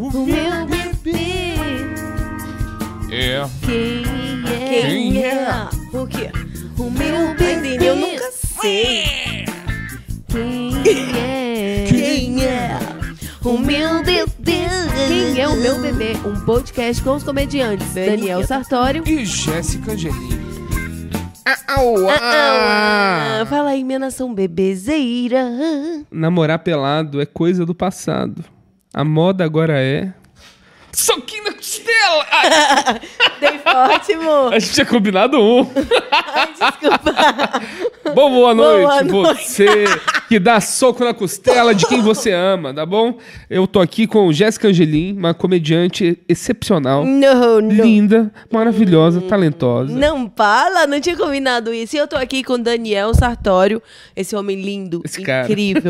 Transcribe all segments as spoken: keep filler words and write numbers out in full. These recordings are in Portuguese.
O meu bebê. É. Quem é? Quem é? O quê? O meu bebê. Eu nunca sei. Quem é? Quem é? O meu bebê. Quem é o meu bebê? Um podcast com os comediantes Daniel, Daniel Sartório e Jéssica Angelim. Au, ah, ah, fala aí, minha nação bebezeira. Namorar pelado é coisa do passado. A moda agora é... soquinho na costela! Dei forte, amor. A gente tinha combinado um. Ai, desculpa. Bom, boa noite, Boa noite. Você que dá soco na costela de quem você ama, tá bom? Eu tô aqui com Jéssica Angelim, uma comediante excepcional, Não, não. linda, maravilhosa, talentosa. Não fala, não tinha combinado isso. E eu tô aqui com Daniel Sartório, esse homem lindo, Esse cara. incrível.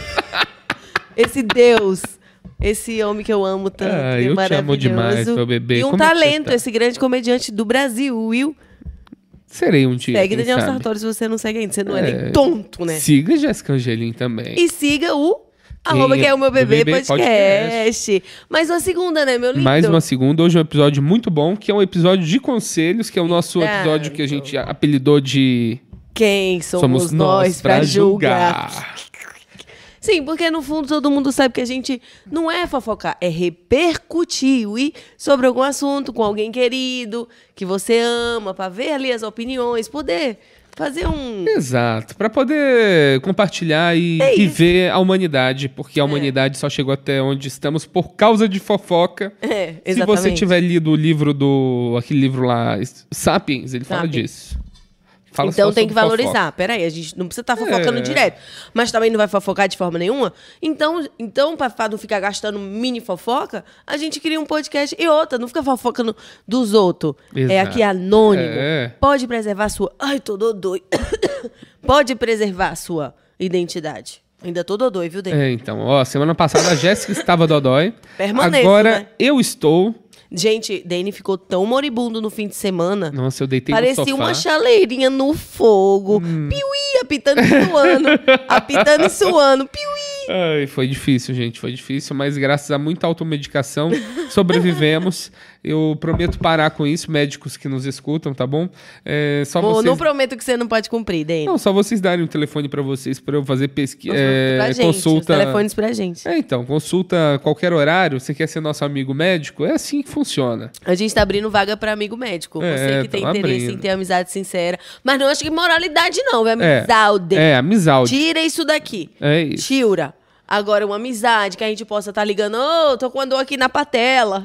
Esse Deus. Esse homem que eu amo tanto, Ah, que é eu te maravilhoso. amo demais, meu bebê. E um Como é que você talento, tá? esse grande comediante do Brasil, Will. Serei um dia, Segue quem Daniel sabe? Sartório se você não segue ainda. Você não é, É. nem tonto, né? Siga Jéssica Angelim também. E siga o arroba que é o meu bebê, Bebê podcast. Mais uma segunda, né, meu lindo? Mais uma segunda. Hoje é um episódio muito bom, que é um episódio de conselhos, que é o nosso Tanto. episódio que a gente apelidou de... Quem somos, Somos nós pra julgar? julgar. Sim, porque no fundo todo mundo sabe que a gente não é fofocar, é repercutir e sobre algum assunto com alguém querido, que você ama, pra ver ali as opiniões, poder fazer um... Exato, para poder compartilhar e É isso. viver a humanidade, porque a humanidade só chegou até onde estamos por causa de fofoca. É, Se exatamente. você tiver lido o livro do... aquele livro lá, Sapiens, ele fala Sapiens. disso. Fala Então só tem que sobre valorizar. fofoca. Peraí, a gente não precisa estar fofocando É. direto. Mas também não vai fofocar de forma nenhuma. Então, então pra não ficar gastando mini fofoca, a gente cria um podcast e outra. Não fica fofocando dos outros. É Exato. aqui anônimo. É. Pode preservar a sua... Ai, tô dodói. Pode preservar a sua identidade. Ainda tô dodói, viu, Dani? É, então, ó, semana passada a Jéssica estava dodói. Permaneço, Agora né? eu estou... Gente, Dani ficou tão moribundo no fim de semana. Nossa, eu deitei Parecia no sofá. uma chaleirinha no fogo. Hum. Piuí, apitando e suando. Apitando e suando. Piuí. Ai, foi difícil, gente, foi difícil, mas graças a muita automedicação sobrevivemos. Eu prometo parar com isso, médicos que nos escutam, tá bom? É, só Amor, vocês... não prometo que você não pode cumprir, Dani. Não, só vocês darem um telefone pra vocês pra eu fazer pesquisa, pra é, gente, consulta. os telefones pra gente. É, então, consulta qualquer horário. Você quer ser nosso amigo médico? É assim que funciona. A gente tá abrindo vaga pra amigo médico. É, Você que tem tamo interesse abrindo. em ter amizade sincera. Mas não acho que moralidade não, é amizade. É, amizade. Tira isso daqui. É isso. Tira. Agora, uma amizade que a gente possa estar ligando. Ô, tô com a dor aqui na patela.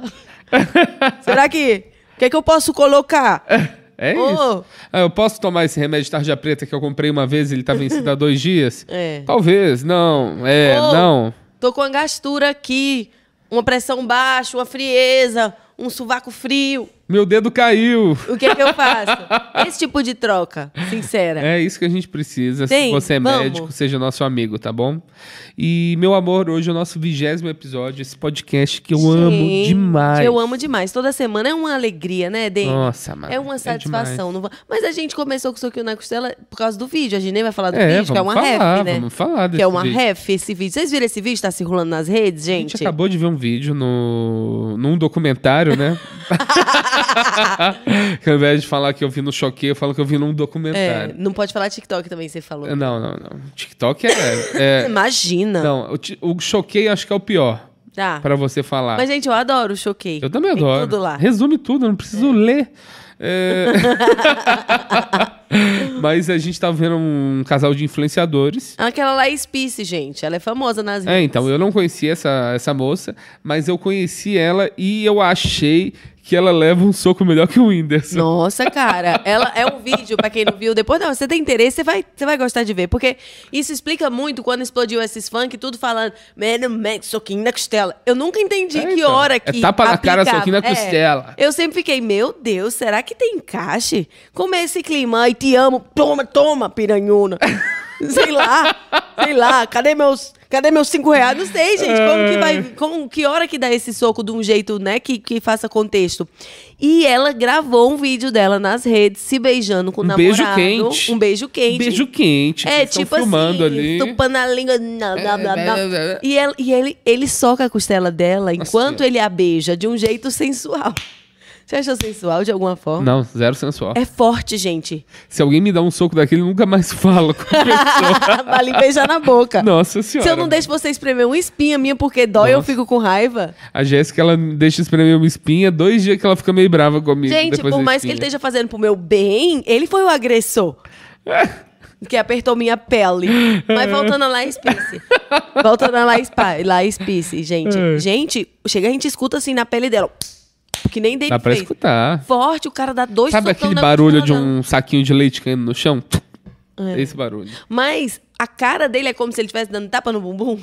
Será que... O que é que eu posso colocar? É Ô. isso. Ah, eu posso tomar esse remédio de tarja preta que eu comprei uma vez e ele tá vencido há dois dias? É. Talvez, não. É, Ô, não. Tô com uma gastura aqui, uma pressão baixa, uma frieza, um sovaco frio. Meu dedo caiu. O que é que eu faço? Esse tipo de troca, sincera. É isso que a gente precisa. Tem, Se você é vamos. médico, seja nosso amigo, tá bom? E, meu amor, hoje é o nosso vigésimo episódio, esse podcast que eu amo Gente, demais. Eu amo demais. Toda semana é uma alegria, né, Deni? Nossa, mano. É uma satisfação. demais. não va- Mas a gente começou com o soquinho na costela por causa do vídeo. A gente nem vai falar do É, vídeo, que é vamos uma falar, ref, né? vamos falar desse Que é uma vídeo. ref esse vídeo. Vocês viram esse vídeo? Tá circulando nas redes, A gente? gente acabou de ver um vídeo no, num documentário, né? Que ao invés de falar que eu vi no Choquei, eu falo que eu vi num É, documentário. não pode falar TikTok também, você falou. Não, não, não. TikTok é... é- Imagina. Não, o, ti- o Choquei acho que é o pior Tá. pra você falar. Mas, gente, eu adoro o Choquei. Eu também Tem adoro. tudo lá. Resume tudo, eu não preciso ler. É... Mas a gente tá vendo um casal de influenciadores. Aquela lá é Spice, gente. Ela é famosa nas redes. É, então, eu não conhecia essa, essa moça, mas eu conheci ela e eu achei que ela leva um soco melhor que o Whindersson. Nossa, cara, ela é um vídeo, pra quem não viu, depois não, você tem interesse, você vai, você vai gostar de ver, porque isso explica muito quando explodiu esses funk, tudo falando, mano, man, soquinho na costela. Eu nunca entendi É, que então, hora é que tapa na cara, aplicava. soquinho na costela. Eu sempre fiquei, meu Deus, será que tem encaixe? Como é esse clima? Ai, te amo, toma, toma, piranhona. Sei lá, sei lá, cadê meus... Cadê meus cinco reais? Não sei, gente. Como que vai. Como, que hora que dá esse soco de um jeito, né? Que, que faça contexto. E ela gravou um vídeo dela nas redes, se beijando com o Um namorado. beijo quente. Um beijo quente. Beijo quente. É, que estão tipo filmando assim, ali. tupando a língua. Blá, blá, blá, blá. É, é, é. E, ela, e ele, ele soca a costela dela enquanto Assim. ele a beija de um jeito sensual. Você achou sensual de alguma forma? Não, zero sensual. É forte, gente. Se alguém me dá um soco daquele, eu nunca mais falo com a pessoa. Vale beijar na boca. Nossa senhora. Se eu não deixo você espremer uma espinha minha porque dói, eu Nossa. fico com raiva. A Jéssica, ela deixa espremer uma espinha, dois dias que ela fica meio brava comigo. Gente, depois por da mais que ele espinha. esteja fazendo pro meu bem, ele foi o agressor. Que apertou minha pele. Mas voltando a La Spice. Voltando a La Spice, La Spice, gente. É. Gente, chega a gente escuta assim na pele dela. Que nem dele Dá pra fez. escutar. Forte, o cara dá dois Sabe socão aquele na barulho de costela dela. um saquinho de leite caindo no chão? É. Esse barulho. Mas a cara dele é como se ele estivesse dando tapa no bumbum.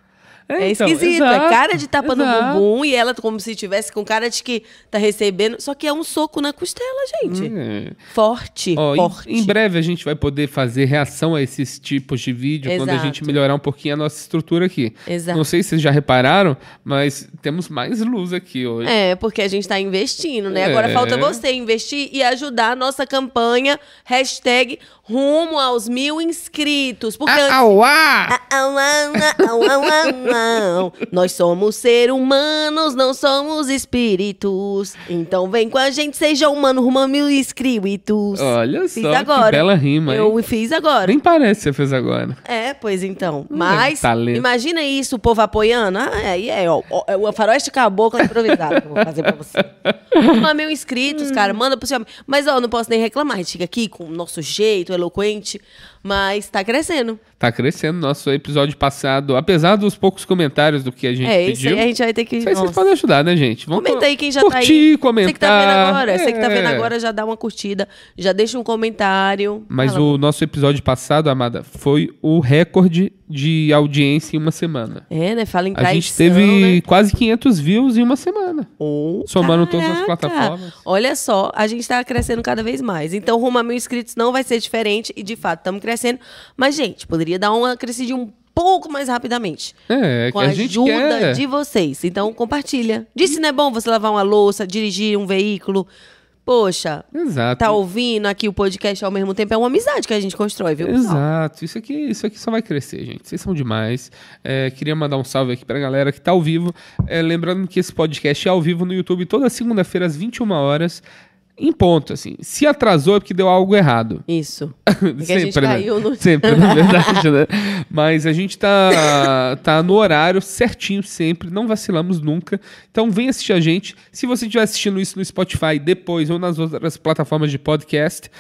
É, então, esquisito, exato, é cara de tapa no exato. bumbum e ela como se tivesse com cara de que tá recebendo. Só que é um soco na costela, gente. É. Forte, Ó, em- forte. Em, breve a gente vai poder fazer reação a esses tipos de vídeo quando a Exato. gente melhorar um pouquinho a nossa estrutura aqui. Exato. Não sei se vocês já repararam, mas temos mais luz aqui hoje. É, porque a gente tá investindo, né? É. Agora falta você investir e ajudar a nossa campanha, hashtag rumo aos mil inscritos. Porque Ah, antes- auá! Ah, au, au, au, au, au, au. Nós somos seres humanos, não somos espíritos. Então vem com a gente, seja humano, rumo a mil inscritos. Olha Fiz só, agora. que bela rima, hein? Eu fiz agora. Nem parece que você fez agora. É, pois então. Hum, Mas, talento. imagina isso, o povo apoiando. Ah, aí é, ó. ó, é o faroeste caboclo improvisado que eu vou fazer pra você. Uma mil inscritos, cara, manda pro seu amigo. Mas, ó, não posso nem reclamar. A gente fica aqui com o nosso jeito eloquente, mas tá crescendo. Tá crescendo. Nosso episódio passado, apesar dos poucos comentários do que a gente É, isso pediu. aí a gente vai ter que. Isso aí vocês nossa. podem ajudar, né, gente? Vamos Comenta co- aí quem já curtir, tá aí. comentar. Você que tá vendo agora, você que tá vendo É. agora, já dá uma curtida, já deixa um comentário. Mas Fala. o nosso episódio passado, Amada, foi o recorde de audiência em uma semana. É, né? Fala em A traição, gente teve né? quase quinhentos views em uma semana. Oh, somando todas as caraca. plataformas. Olha só, a gente tá crescendo cada vez mais. Então, rumo a mil inscritos não vai ser diferente. E, de fato, estamos crescendo. Mas, gente, poderia dar uma crescidinha um pouco mais rapidamente. É, Com que a a gente ajuda quer. de vocês. Então, compartilha. Disse, não é bom você lavar uma louça, dirigir um veículo. Poxa, Exato. tá ouvindo aqui o podcast ao mesmo tempo. É uma amizade que a gente constrói, viu? pessoal? Exato, isso aqui, isso aqui só vai crescer, gente. Vocês são demais. É, queria mandar um salve aqui pra galera que tá ao vivo. É, lembrando que esse podcast é ao vivo no YouTube toda segunda-feira às vinte e uma horas. Em ponto, assim. Se atrasou é porque deu algo errado. Isso. Porque a gente Sempre, né? caiu no... Sempre, na verdade, né? Mas a gente tá, tá no horário certinho sempre, não vacilamos nunca. Então vem assistir a gente. Se você estiver assistindo isso no Spotify depois ou nas outras plataformas de podcast,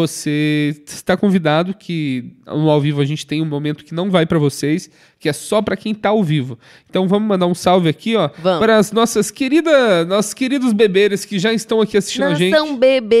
você está convidado que no ao vivo a gente tem um momento que não vai pra vocês, que é só pra quem tá ao vivo. Então vamos mandar um salve aqui, ó, Vamos. para as nossas queridas, nossos queridos bebês que já estão aqui assistindo a gente. Nação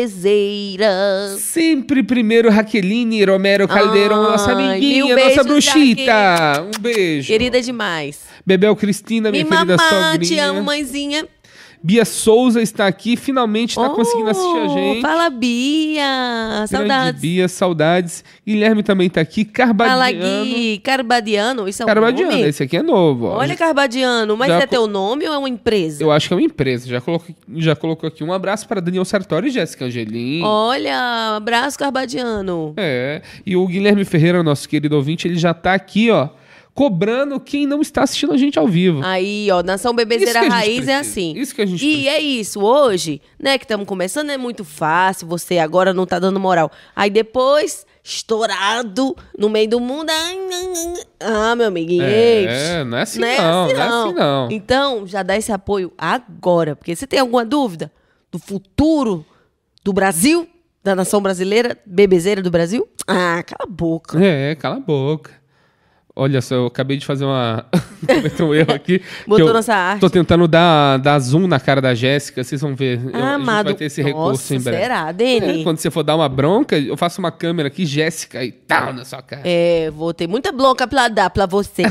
bebezeiras. Sempre primeiro, Raqueline Romero Caldeirão, Ai, nossa amiguinha, mil nossa beijos, bruxita. Um beijo. Querida demais. Bebel Cristina, minha Me querida mamá, sogrinha. te amo, mãezinha. Bia Souza está aqui, finalmente está conseguindo assistir a Oh, gente. Fala, Bia. Grande Saudades. Bia, saudades. Guilherme também está aqui, Fala, Carbadiano. Gui. Carbadiano, isso é um Carbadiano, nome? esse aqui é novo. ó. Olha, Carbadiano, mas Já é co- teu nome ou é uma empresa? Eu acho que é uma empresa, já colocou, já colocou aqui. Um abraço para Daniel Sartori e Jéssica Angelim. Olha, abraço, Carbadiano. É, e o Guilherme Ferreira, nosso querido ouvinte, ele já está aqui, ó, cobrando quem não está assistindo a gente ao vivo. Aí, ó, Nação Isso Bebezeira que a gente Raiz é precisa. assim. Isso que a gente E precisa. é isso, hoje, né, que estamos começando, é muito fácil, você agora não tá dando moral. Aí depois, estourado, no meio do mundo, ai, ai, ai. ah, meu amiguinho, É, não é assim não, não é assim não. Então, já dá esse apoio agora, porque você tem alguma dúvida do futuro do Brasil, da nação brasileira, bebezeira do Brasil? Ah, cala a boca. É, cala a boca. Olha só, eu acabei de fazer uma... Cometeu um erro aqui. Botou que eu nossa arte. Tô tentando dar, dar zoom na cara da Jéssica, vocês vão ver. Eu- Ah, a gente amado. vai ter esse recurso Nossa, em breve. será, Deni? É, quando você for dar uma bronca, eu faço uma câmera aqui, Jéssica, e tal, na sua cara. É, vou ter muita bronca pra dar pra vocês.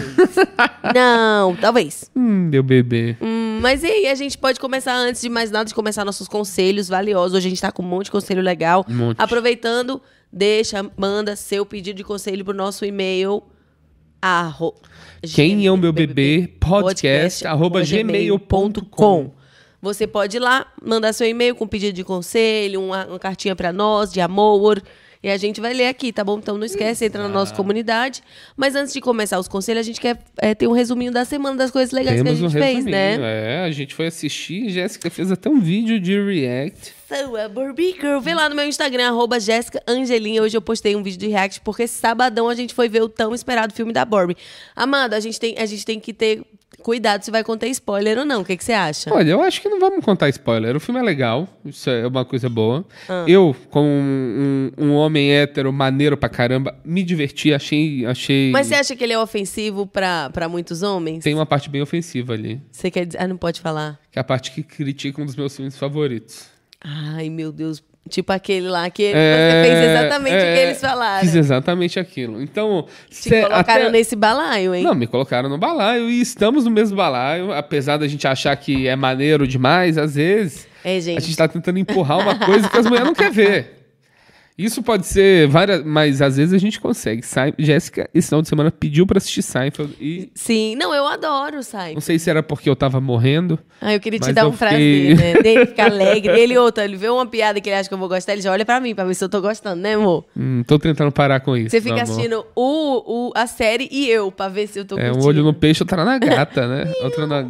Não, talvez. Hum, meu bebê. Hum, mas e aí, a gente pode começar, antes de mais nada, de começar nossos conselhos valiosos. Hoje a gente tá com um monte de conselho legal. Um monte. Aproveitando, deixa, manda seu pedido de conselho pro nosso e-mail Arro... Quem é o meu bebê? Podcast, arroba gmail ponto com. Você pode ir lá, mandar seu e-mail com pedido de conselho, uma, uma cartinha pra nós, de amor, e a gente vai ler aqui, tá bom? Então não esquece, entra na nossa comunidade. Mas antes de começar os conselhos, a gente quer é, ter um resuminho da semana das coisas legais Temos que a gente um fez, resuminho, né? É, a gente foi assistir, Jéssica fez até um vídeo de react. So, a Barbie Girl. Vê lá no meu Instagram, arroba Jéssica Angelinha. Hoje eu postei um vídeo de react, porque sabadão a gente foi ver o tão esperado filme da Barbie. Amado, a gente tem, a gente tem que ter cuidado se vai conter spoiler ou não. O que, que você acha? Olha, eu acho que não vamos contar spoiler. O filme é legal, isso é uma coisa boa. Ah. Eu, como um, um homem hétero maneiro pra caramba, me diverti, achei... achei... Mas você acha que ele é ofensivo pra, pra muitos homens? Tem uma parte bem ofensiva ali, Você quer dizer... Ah, não pode falar. que é a parte que critica um dos meus filmes favoritos. Ai, meu Deus. Tipo aquele lá que É, você fez exatamente o é, que eles falaram. Fiz exatamente aquilo. Então... Te cê- colocaram até- nesse balaio, hein? Não, me colocaram no balaio e estamos no mesmo balaio, apesar da gente achar que é maneiro demais, às vezes É, a gente. gente tá tentando empurrar uma coisa que as mulheres não querem ver. Isso pode ser várias, mas às vezes a gente consegue. Sein- Jéssica, esse final de semana, pediu pra assistir Seinfeld e Sim. Não, eu adoro, sai. não sei se era porque eu tava morrendo. Ah, eu queria te Mas dar eu um fiquei- prazer, né? Dele ficar alegre. Ele outra, ele vê uma piada que ele acha que eu vou gostar, ele já olha pra mim, pra ver se eu tô gostando, né, amor? Hum, tô tentando parar com isso. Você fica meu amor. assistindo o, o, a série e eu, pra ver se eu tô É, curtindo. um olho no peixe, outra na gata, né? Outra na.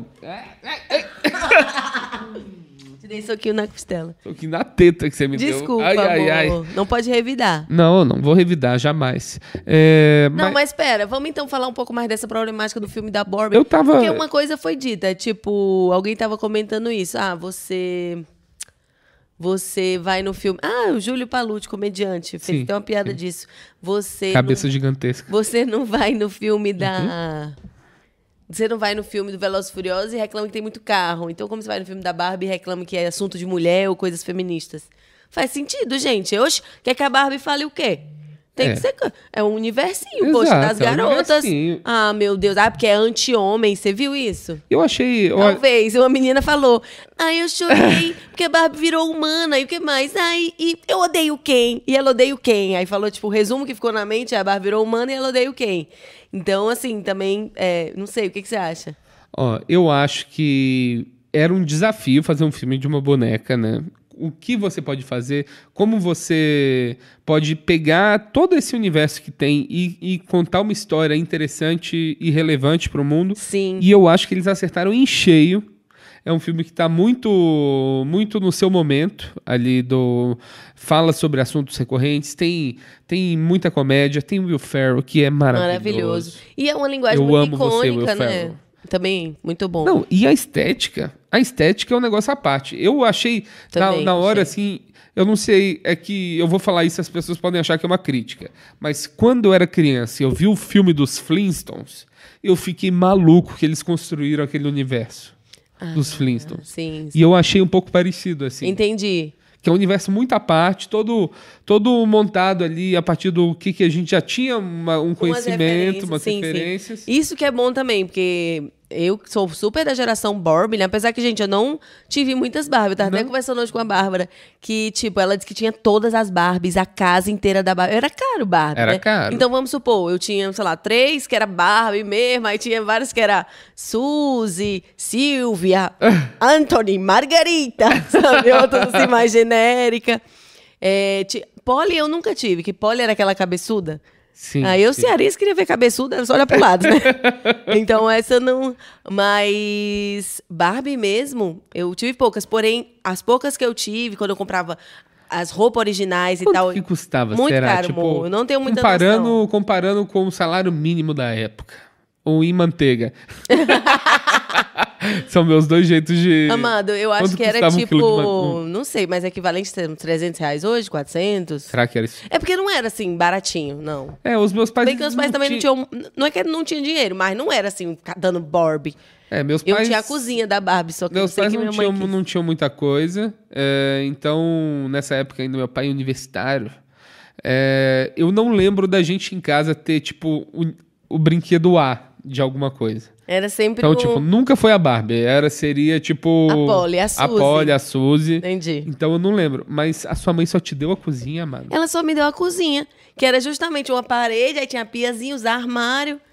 Te dei soquinho na costela. Tô aqui na teta que você me Desculpa, deu. Ai, ai, amor. ai. Não pode revidar. Não, não vou revidar, jamais. É, Não, mas pera, vamos então falar um pouco mais dessa problemática do filme da Barbie. Eu tava- Porque uma coisa foi dita, tipo, alguém tava comentando isso. Ah, você... Você vai no filme... Ah, o Júlio Palucci, comediante, fez Sim, até uma piada disso. Você Cabeça não, gigantesca. você não vai no filme da... Uhum. Você não vai no filme do Velozes e Furiosos e reclama que tem muito carro. Então, como você vai no filme da Barbie e reclama que é assunto de mulher ou coisas feministas? Faz sentido, gente. Oxe, quer que a Barbie fale o quê? Tem É. que ser... É um universinho, Exato, poxa, das é um garotas. universinho. Ah, meu Deus. Ah, porque é anti-homem. Você viu isso? Eu achei. Uma olha, vez, uma menina falou: ai, eu chorei porque a Barbie virou humana. E o que mais? Ai, e eu odeio quem? E ela odeia o quem? Aí falou, tipo, o resumo que ficou na mente é a Barbie virou humana e ela odeia o quem? Então, assim, também, é, não sei, o que, que você acha? Ó, eu acho que era um desafio fazer um filme de uma boneca, né? O que você pode fazer, como você pode pegar todo esse universo que tem e, e contar uma história interessante e relevante para o mundo. Sim. E eu acho que eles acertaram em cheio. É um filme que está muito, muito no seu momento ali do fala sobre assuntos recorrentes, tem, tem muita comédia, tem o Will Ferrell que é maravilhoso. Maravilhoso. E é uma linguagem Eu muito amo você, Will icônica, né? Ferrell. Também, muito bom. Não, e a estética? A estética é um negócio à parte. Eu achei, na, Também na hora, achei. assim, eu não sei, é que eu vou falar isso, as pessoas podem achar que é uma crítica. Mas quando eu era criança e eu vi o filme dos Flintstones, eu fiquei maluco que eles construíram aquele universo dos Flintstones. Sim, E eu achei um pouco parecido, assim. entendi. Que é um universo muito à parte, todo, todo montado ali a partir do que, que a gente já tinha uma- um Umas conhecimento, referências, umas sim, sim. referências. Isso que é bom também, porque eu que sou super da geração Barbie, né? Apesar que, gente, eu não tive muitas Barbies. Eu tava até Não? conversando hoje com a Bárbara, que, tipo, ela disse que tinha todas as Barbies, a casa inteira da Barbie. Era caro Barbie, Era né? caro. Então, vamos supor, eu tinha, sei lá, três que era Barbie mesmo, aí tinha várias que era Suzy, Silvia, Anthony, Margarita, sabe? Outras assim, mais genérica. É, ti- Polly eu nunca tive, que Polly era aquela cabeçuda. Sim, Aí eu sim. cearense queria ver cabeçuda, era só olhar pro lado, né? Então essa não... Mas Barbie mesmo, eu tive poucas. Porém, as poucas que eu tive, quando eu comprava as roupas originais e Quanto tal... que custava, Muito será? caro, Tipo, amor. Eu não tenho muita comparando, noção. comparando com o salário mínimo da época. Ou em manteiga. São meus dois jeitos de... Amado, eu acho Quanto que era custava um tipo... quilo de man- Não sei, mas equivalente a uns trezentos reais hoje, quatrocentos. Será que era isso? É porque não era assim, baratinho, não. É, os meus pais... Bem que meus pais também não tinham... Não é que não tinham dinheiro, mas não era assim, dando Barbie. É, meus Eu pais... tinha a cozinha da Barbie, só que eu Meus sei pais que não minha mãe tinham, quis. não tinham muita coisa. é, então, nessa época ainda, meu pai universitário, é, eu não lembro da gente em casa ter, tipo, o, o brinquedo A de alguma coisa. Era sempre Então, o... tipo, nunca foi a Barbie. Era, seria, tipo... A Polly, a A Suzy. Polly, a Suzy. Entendi. Então, eu não lembro. Mas a sua mãe só te deu a cozinha, mano. Ela só me deu a cozinha, que era justamente uma parede, aí tinha piazinha, os armários.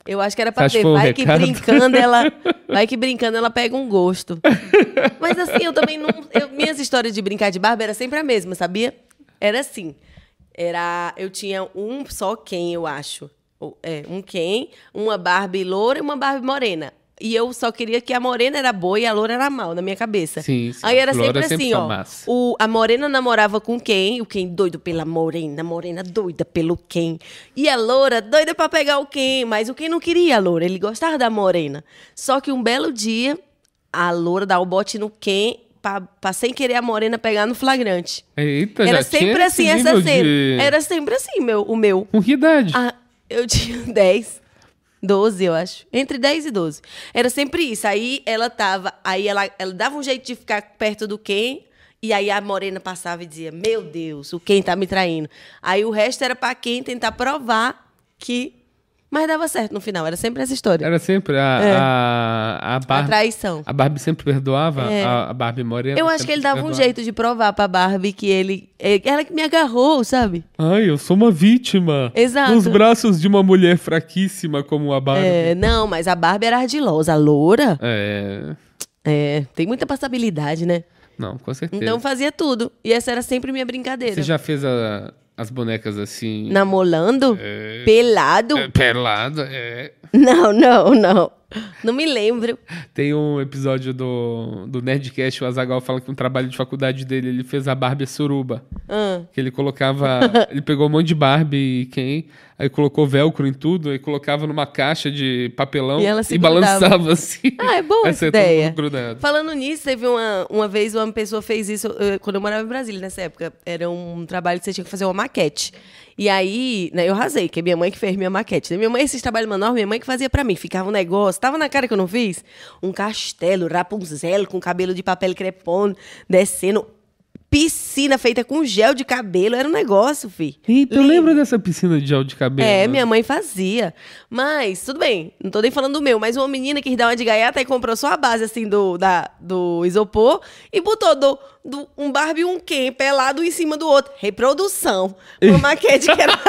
Eu acho que era pra Você acha ter. que foi o Vai que recado? brincando ela. Vai que brincando ela pega um gosto. Mas assim, eu também não. eu- minhas histórias de brincar de Barbie era sempre a mesma, sabia? Era assim. Era. Eu tinha um só Ken, eu acho. Ou, É, um Ken, uma Barbie loura e uma Barbie morena. E eu só queria que a morena era boa e a loura era mal, na minha cabeça. Sim, sim. Aí era Loura sempre sempre assim, são ó. massa. O, a morena namorava com quem? O Ken doido pela morena, a morena doida pelo Ken. E a loura doida pra pegar o Ken, mas o Ken não queria a loura, ele gostava da morena. Só que um belo dia, a loura dá o bote no Ken pra, pra sem querer a morena pegar no flagrante. Eita, Era já sempre tinha assim esse essa nível cena. de- Era sempre assim, meu, o meu. Com que idade? Ah, eu tinha dez, doze, eu acho. Entre dez e doze. Era sempre isso. Aí ela tava. Aí ela, ela dava um jeito de ficar perto do Ken. E aí a morena passava e dizia: Meu Deus, o Ken tá me traindo. Aí o resto era pra Ken tentar provar que. Mas dava certo no final. Era sempre essa história. Era sempre a, É. a, a A Barbie. traição. A Barbie sempre perdoava É. a, a Barbie morena. Eu acho sempre que ele dava um perdoava. jeito de provar pra Barbie que ele. ele- Ela que me agarrou, sabe? Ai, eu sou uma vítima. Exato. Nos braços de uma mulher fraquíssima como a Barbie. É, não, mas a Barbie era ardilosa. A loura. É. É, tem muita passabilidade, né? Não, com certeza. Então fazia tudo. E essa era sempre minha brincadeira. Você já fez a- as bonecas assim? Namolando? Pelado? É, pelada, é. Não, não, não. Não me lembro. Tem um episódio do, do Nerdcast, o Azaghal fala que um trabalho de faculdade dele, ele fez a Barbie suruba. Ah. Que ele colocava... ele pegou um monte de Barbie e Ken, aí colocou velcro em tudo, aí colocava numa caixa de papelão E ela se balançava grudava. assim. Ah, é boa Aí essa saía todo ideia. mundo grudado. Falando nisso, teve uma, uma vez uma pessoa fez isso eh, quando eu morava em Brasília, nessa época. Era um trabalho que você tinha que fazer uma maquete. E aí, né, eu rasei, que é minha mãe que fez minha maquete. Minha mãe, esses trabalhos manuais, minha mãe que fazia pra mim. Ficava um negócio, tava na cara que eu não fiz. Um castelo, Rapunzel, com cabelo de papel crepom, descendo. Piscina feita com gel de cabelo. Era um negócio, fi. Eita, eu Lindo. lembro dessa piscina de gel de cabelo. É, minha mãe fazia. Mas, tudo bem, não tô nem falando do meu, mas uma menina quis dar uma de gaiata e comprou só a base, assim, do, da, do isopor e botou do, do, um Barbie e um Ken pelado em cima do outro. Reprodução. Uma maquete que era...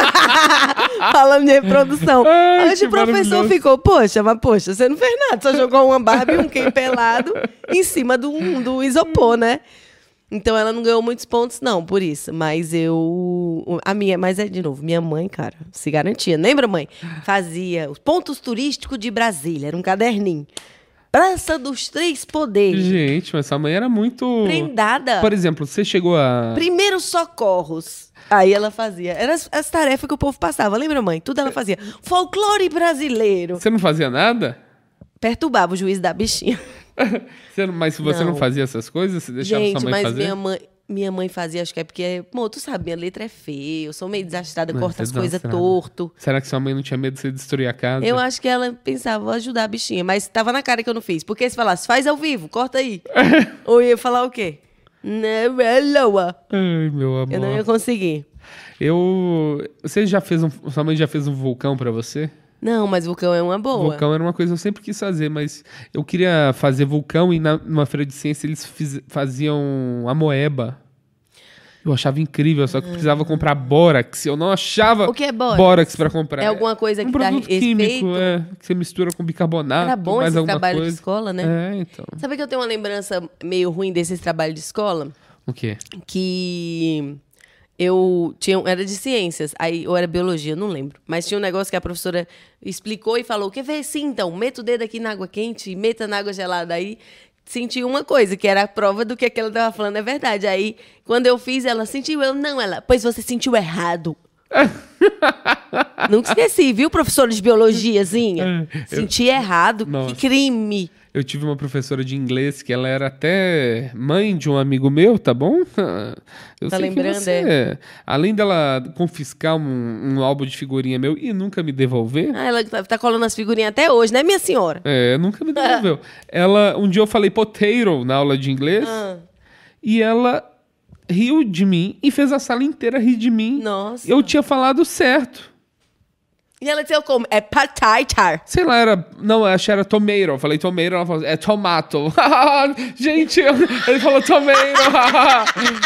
Falando de reprodução. Ai, Aí que o professor maravilhoso. ficou, poxa, mas poxa, você não fez nada, só jogou uma Barbie e um Ken pelado em cima do, do isopor, né? Então ela não ganhou muitos pontos, não, por isso. Mas eu. A minha, mas é de novo, minha mãe, cara, se garantia. Lembra, mãe? Fazia os pontos turísticos de Brasília, era um caderninho. Praça dos Três Poderes. Gente, mas sua mãe era muito... Prendada. Por exemplo, você chegou a... Primeiros socorros. Aí ela fazia. Eram as, as tarefas que o povo passava. Lembra, mãe? Tudo ela fazia. Folclore brasileiro. Você não fazia nada? Perturbava o juiz da bichinha. Você não- mas se você não. Não. fazia essas coisas, você deixava Gente, sua mãe mas fazer? minha mãe, minha mãe fazia, acho que é porque, pô, tu sabe, minha letra é feia, eu sou meio desastrada, Não, corto as você não, coisas será? torto. Será que sua mãe não tinha medo de você destruir a casa? Eu acho que ela pensava, vou ajudar a bichinha, mas tava na cara que eu não fiz. Porque se falasse, faz ao vivo, corta aí. Ou ia falar o quê? Não, é loa. Ai, meu amor. Eu não ia conseguir. Eu... Você já fez um... Sua mãe já fez um vulcão pra você? Não, mas vulcão é uma boa. Vulcão era uma coisa que eu sempre quis fazer, mas eu queria fazer vulcão e na, numa feira de ciência eles fiz- faziam amoeba. Eu achava incrível, só que eu precisava comprar bórax. Eu não achava O que é bórax? bórax pra comprar. É alguma coisa um que dá produto efeito? químico, é, que você mistura com bicarbonato, Era bom mais esse alguma trabalho coisa. de escola, né? É, então. Sabe que eu tenho uma lembrança meio ruim desses trabalhos de escola? O quê? Que eu tinha, era de ciências, aí, ou era biologia, não lembro. Mas tinha um negócio que a professora explicou e falou: quer ver? Sim, então, meta o dedo aqui na água quente, meta na água gelada. Aí senti uma coisa, que era a prova do que aquela estava falando é verdade. Aí, quando eu fiz, ela sentiu, eu não, ela, pois você sentiu errado. Nunca esqueci, viu, professora de biologiazinha? É, eu- Senti errado, Nossa. que crime. Eu tive uma professora de inglês que ela era até mãe de um amigo meu, tá bom? Eu Tá sei lembrando, que você, além dela confiscar um, um álbum de figurinha meu e nunca me devolver, Ah, ela tá, tá colando as figurinhas até hoje, né, minha senhora? é, nunca me devolveu. Ela, um dia eu falei potato na aula de inglês Ah, e ela riu de mim e fez a sala inteira rir de mim. nossa. Eu tinha falado certo. E ela disse como? É pataitar. Sei lá, era. Não, eu achei que era tomato. Eu falei tomato, ela falou, é tomato. Gente, eu- ele falou tomato.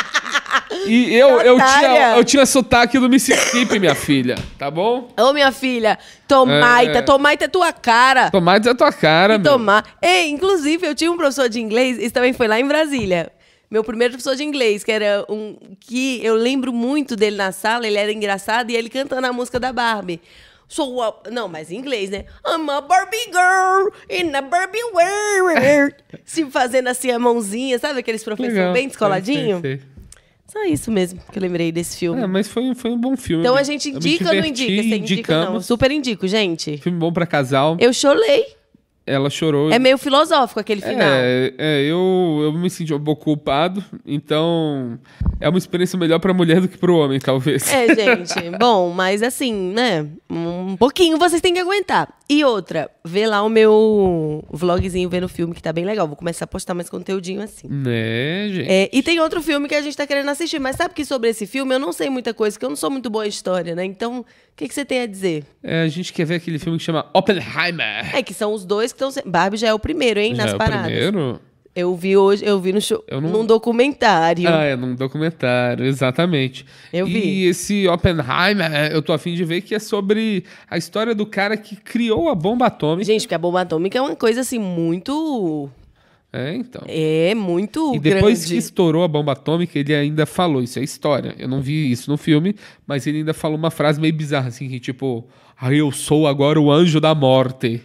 E eu, eu, Otária. tinha, eu tinha sotaque do Mississippi, minha filha. Tá bom? Ô, minha filha, tomaita, É. tomaita é tua cara. Tomates é tua cara, meu. Tomar. Ei, inclusive, eu tinha um professor de inglês, isso também foi lá em Brasília. Meu primeiro professor de inglês, que era um. Que eu lembro muito dele na sala, ele era engraçado e ele cantando a música da Barbie. So, uh, não, mas em inglês, né? I'm a Barbie girl in a Barbie world. Se fazendo assim a mãozinha, sabe aqueles professores Legal. bem descoladinho? Sei, sei, Só isso mesmo que eu lembrei desse filme. sei. É, mas foi, foi um bom filme. Então a gente Eu me indica ou não diverti, indica? Você indica ou não? indicamos. Super indico, gente. Filme bom pra casal. Eu chorei. Ela chorou. É meio filosófico aquele final. É, é, eu, eu me senti um pouco culpado, então é uma experiência melhor pra mulher do que pro homem, talvez. É, gente. Bom, mas assim, né? Um pouquinho vocês têm que aguentar. E outra, vê lá o meu vlogzinho vendo o filme, que tá bem legal. Vou começar a postar mais conteúdinho assim. Né, gente? É, e tem outro filme que a gente tá querendo assistir, mas sabe que sobre esse filme eu não sei muita coisa, que eu não sou muito boa em história, né? Então, o que, que você tem a dizer? É, a gente quer ver aquele filme que chama Oppenheimer. É que são os dois que estão. Barbie já é o primeiro, hein? Já nas é o paradas. primeiro? Eu vi hoje, eu vi no show, Eu não- num documentário. Ah, é num documentário, exatamente. Eu vi. E esse Oppenheimer, eu tô a fim de ver que é sobre a história do cara que criou a bomba atômica. Gente, porque a bomba atômica é uma coisa assim muito. É, então. É muito E depois grande. que estourou a bomba atômica, ele ainda falou, isso é história. Eu não vi isso no filme, mas ele ainda falou uma frase meio bizarra, assim, que tipo, ah, eu sou agora o anjo da morte.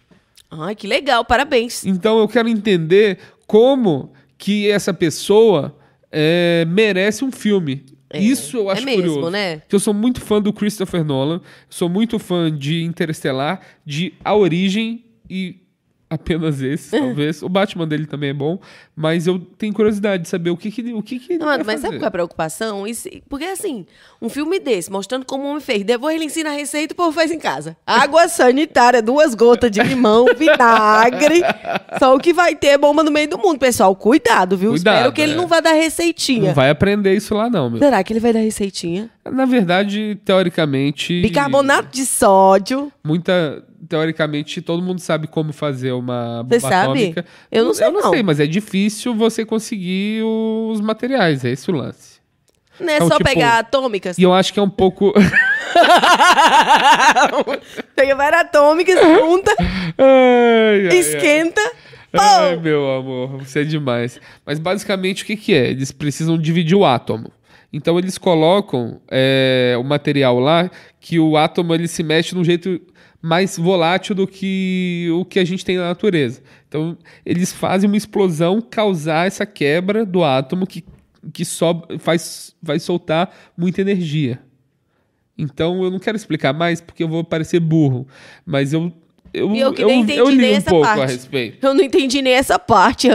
Ai, que legal, parabéns. Então eu quero entender como que essa pessoa é, merece um filme. Isso eu é acho mesmo, curioso. né? Porque eu sou muito fã do Christopher Nolan, sou muito fã de Interestelar, de A Origem e apenas esse, talvez. O Batman dele também é bom, mas eu tenho curiosidade de saber o que, que, o que, que ele Não, vai mas fazer. sabe qual é a preocupação? Isso- porque assim, um filme desse, mostrando como o homem fez, depois ele ensina a receita e o povo faz em casa. Água sanitária, duas gotas de limão, vinagre. Só o que vai ter é bomba no meio do mundo, pessoal. Cuidado, viu? Cuidado, Espero que ele é. não vá dar receitinha. Não vai aprender isso lá não, meu. Será que ele vai dar receitinha? Na verdade, teoricamente... Bicarbonato de sódio. Muita... Teoricamente, todo mundo sabe como fazer uma bomba Você sabe? atômica. Eu não sei, Eu não não. sei, mas é difícil você conseguir os materiais. É esse o lance. Não é Então, só tipo, pegar atômicas. E eu acho que é um pouco... Pega várias atômicas, junta, ai, ai, ai. esquenta. Ai, pô! meu amor, você é demais. Mas basicamente o que, que é? Eles precisam dividir o átomo. Então eles colocam é, o material lá que o átomo ele se mexe de um jeito mais volátil do que o que a gente tem na natureza. Então eles fazem uma explosão causar essa quebra do átomo que, que sob, faz, vai soltar muita energia. Então eu não quero explicar mais porque eu vou parecer burro. Mas eu, eu, E eu que eu, nem entendi eu li nem um essa pouco a parte. respeito. Eu não entendi nem essa parte.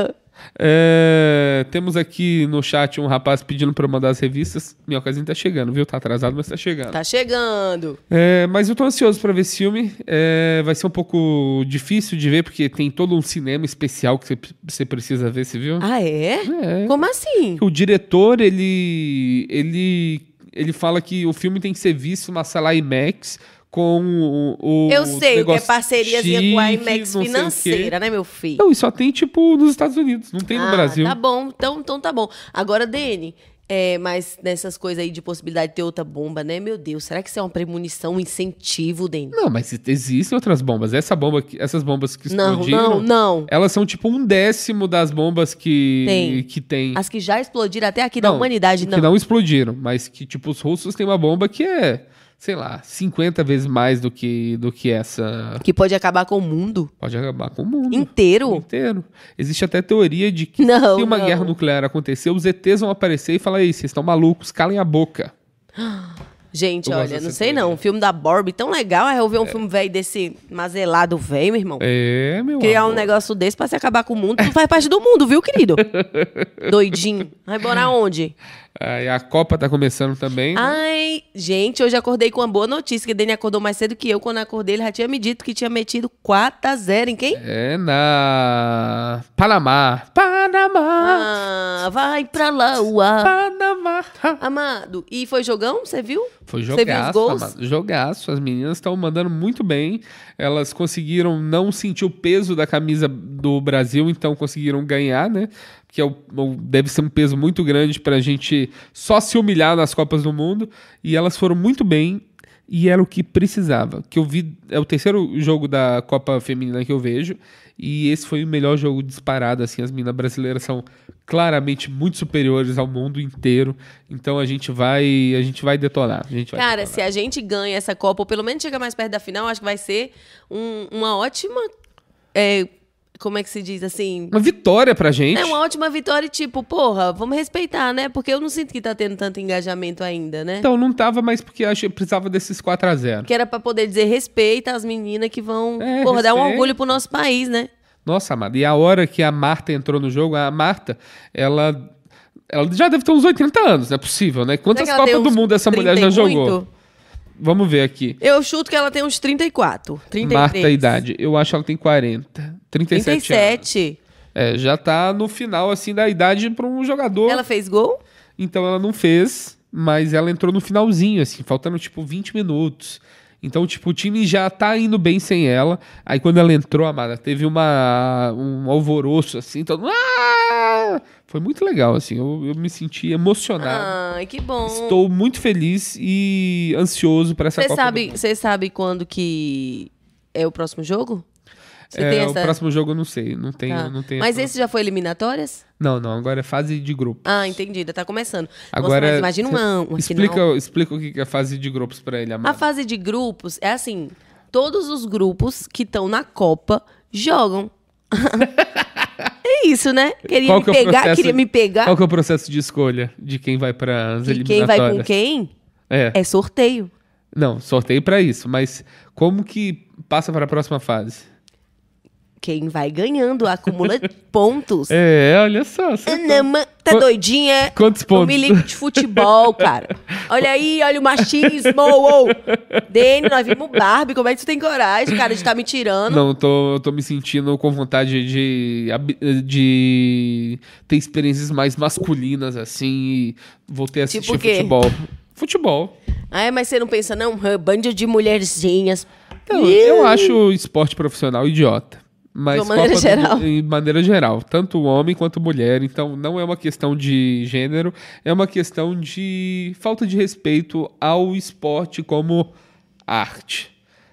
É, temos aqui no chat um rapaz pedindo para eu mandar as revistas. Minha ocasião tá chegando, viu? Tá atrasado, mas tá chegando. Tá chegando. É, mas eu tô ansioso para ver esse filme. É, vai ser um pouco difícil de ver, porque tem todo um cinema especial que você- você precisa ver, você viu? Ah, é? É. Como assim? O diretor, ele, ele, ele fala que o filme tem que ser visto numa sala IMAX com o, o Eu sei, o que é negócio parceriazinha com a chique, IMAX não sei o quê. financeira, né, meu filho? Não, e só tem, tipo, nos Estados Unidos, não tem no Ah, Brasil. Tá bom, então, então tá bom. Agora, Dene, é, mas nessas coisas aí de possibilidade de ter outra bomba, né? Meu Deus, será que isso é uma premonição, um incentivo, Dene? Não, mas existem outras bombas. Essa bomba, que- essas bombas que Não, explodiram, não, não. elas são tipo um décimo das bombas que Tem. que tem. As que já explodiram até aqui da humanidade, que não. não explodiram, mas que tipo os russos têm uma bomba que é, sei lá, cinquenta vezes mais do que do que essa. Que pode acabar com o mundo Pode acabar com o mundo inteiro. inteiro. Existe até teoria de que Não, se uma não. guerra nuclear acontecer, os E Tês vão aparecer e falar: "Ei, vocês estão malucos, calem a boca". Gente, Eu gosto olha, não dessa sei teoria. não. O filme da Barbie, tão legal é eu ver um filme velho desse mazelado velho, meu irmão. É, meu Criar um amor. negócio desse pra se acabar com o mundo. Tu faz parte do mundo, viu, querido? Doidinho. Vai morar onde? Aí a Copa tá começando também. né? Ai, gente, hoje acordei com uma boa notícia, que o Dani acordou mais cedo que eu. Quando eu acordei, ele já tinha me dito que tinha metido quatro a zero em quem? É na Panamá. Panamá. Ah, vai pra lá, uá. Panamá. Amado, e foi jogão, você viu? Foi Você viu os jogaço, gols? amado. Jogaço. As meninas estão mandando muito bem. Elas conseguiram não sentir o peso da camisa do Brasil, então conseguiram ganhar, né? que é o, o- deve ser um peso muito grande pra gente só se humilhar nas Copas do Mundo, e elas foram muito bem, e era o que precisava. Que eu vi, é o terceiro jogo da Copa Feminina que eu vejo, e esse foi o melhor jogo disparado, assim, as meninas brasileiras são claramente muito superiores ao mundo inteiro, então a gente vai, a gente vai detonar. A gente vai Cara, detonar. se a gente ganha essa Copa, ou pelo menos chega mais perto da final, acho que vai ser um- uma ótima... é, como é que se diz assim? Uma vitória pra gente. É uma ótima vitória e tipo, porra, vamos respeitar, né? Porque eu não sinto que tá tendo tanto engajamento ainda, né? Então, não tava mais porque eu acho que precisava desses quatro a zero. Que era pra poder dizer respeita as meninas que vão, É, porra, dar um respeita. orgulho pro nosso país, né? Nossa, amada. E a hora que a Marta entrou no jogo, a Marta, ela, ela já deve ter uns oitenta anos, não é possível, né? Quantas Será que ela tem Copas do uns Mundo essa mulher trinta já e jogou? muito? Vamos ver aqui. Eu chuto que ela tem uns trinta e quatro, trinta e três. Marta, a idade. Eu acho que ela tem quarenta. trinta e sete anos. trinta e sete. É, já tá no final, assim, da idade para um jogador. Ela fez gol? Então ela não fez, mas ela entrou no finalzinho, assim, faltando, tipo, vinte minutos. Então, tipo, o time já tá indo bem sem ela. Aí quando ela entrou, amada, teve uma, um alvoroço, assim, todo... Ah! Foi muito legal, assim, eu, eu me senti emocionado. Ai, que bom. Estou muito feliz e ansioso para essa Você Copa sabe, do Mundo. você sabe quando que é o próximo jogo? Você É, tem O essa... próximo jogo eu não sei, não tenho, Tá. não tenho Mas essa- esse já foi eliminatórias? Não, não, agora é fase de grupo. Ah, entendi, ainda tá começando. Nossa, Agora, mas imagina uma, uma explica, final. explica o que é a fase de grupos para ele, A amado. fase de grupos é assim, todos os grupos que estão na Copa jogam. É isso, né? Queria Qual me que é o pegar, processo- queria me pegar. Qual que é o processo de escolha de quem vai para as E quem vai eliminatórias? com quem É. é sorteio. Não, sorteio para isso, mas como que passa para a próxima fase? Quem vai ganhando acumula pontos. É, olha só. você Ana, ma- tá Qu- doidinha? Quantos Eu me pontos? ligo de futebol, cara. Olha aí, olha o machismo. Uou. Dene, nós vimos Barbie. Como é que tu tem coragem, cara, de estar me tirando? Não, eu tô, eu tô me sentindo com vontade de, de ter experiências mais masculinas, assim, e voltei a assistir Tipo o quê? futebol. Futebol. Ah, mas você não pensa, não? Ah, bando de mulherzinhas. Não, eu acho o esporte profissional idiota. Mas De uma maneira Copa do geral. Mundo, em maneira geral, tanto homem quanto mulher. Então, não é uma questão de gênero, é uma questão de falta de respeito ao esporte como arte.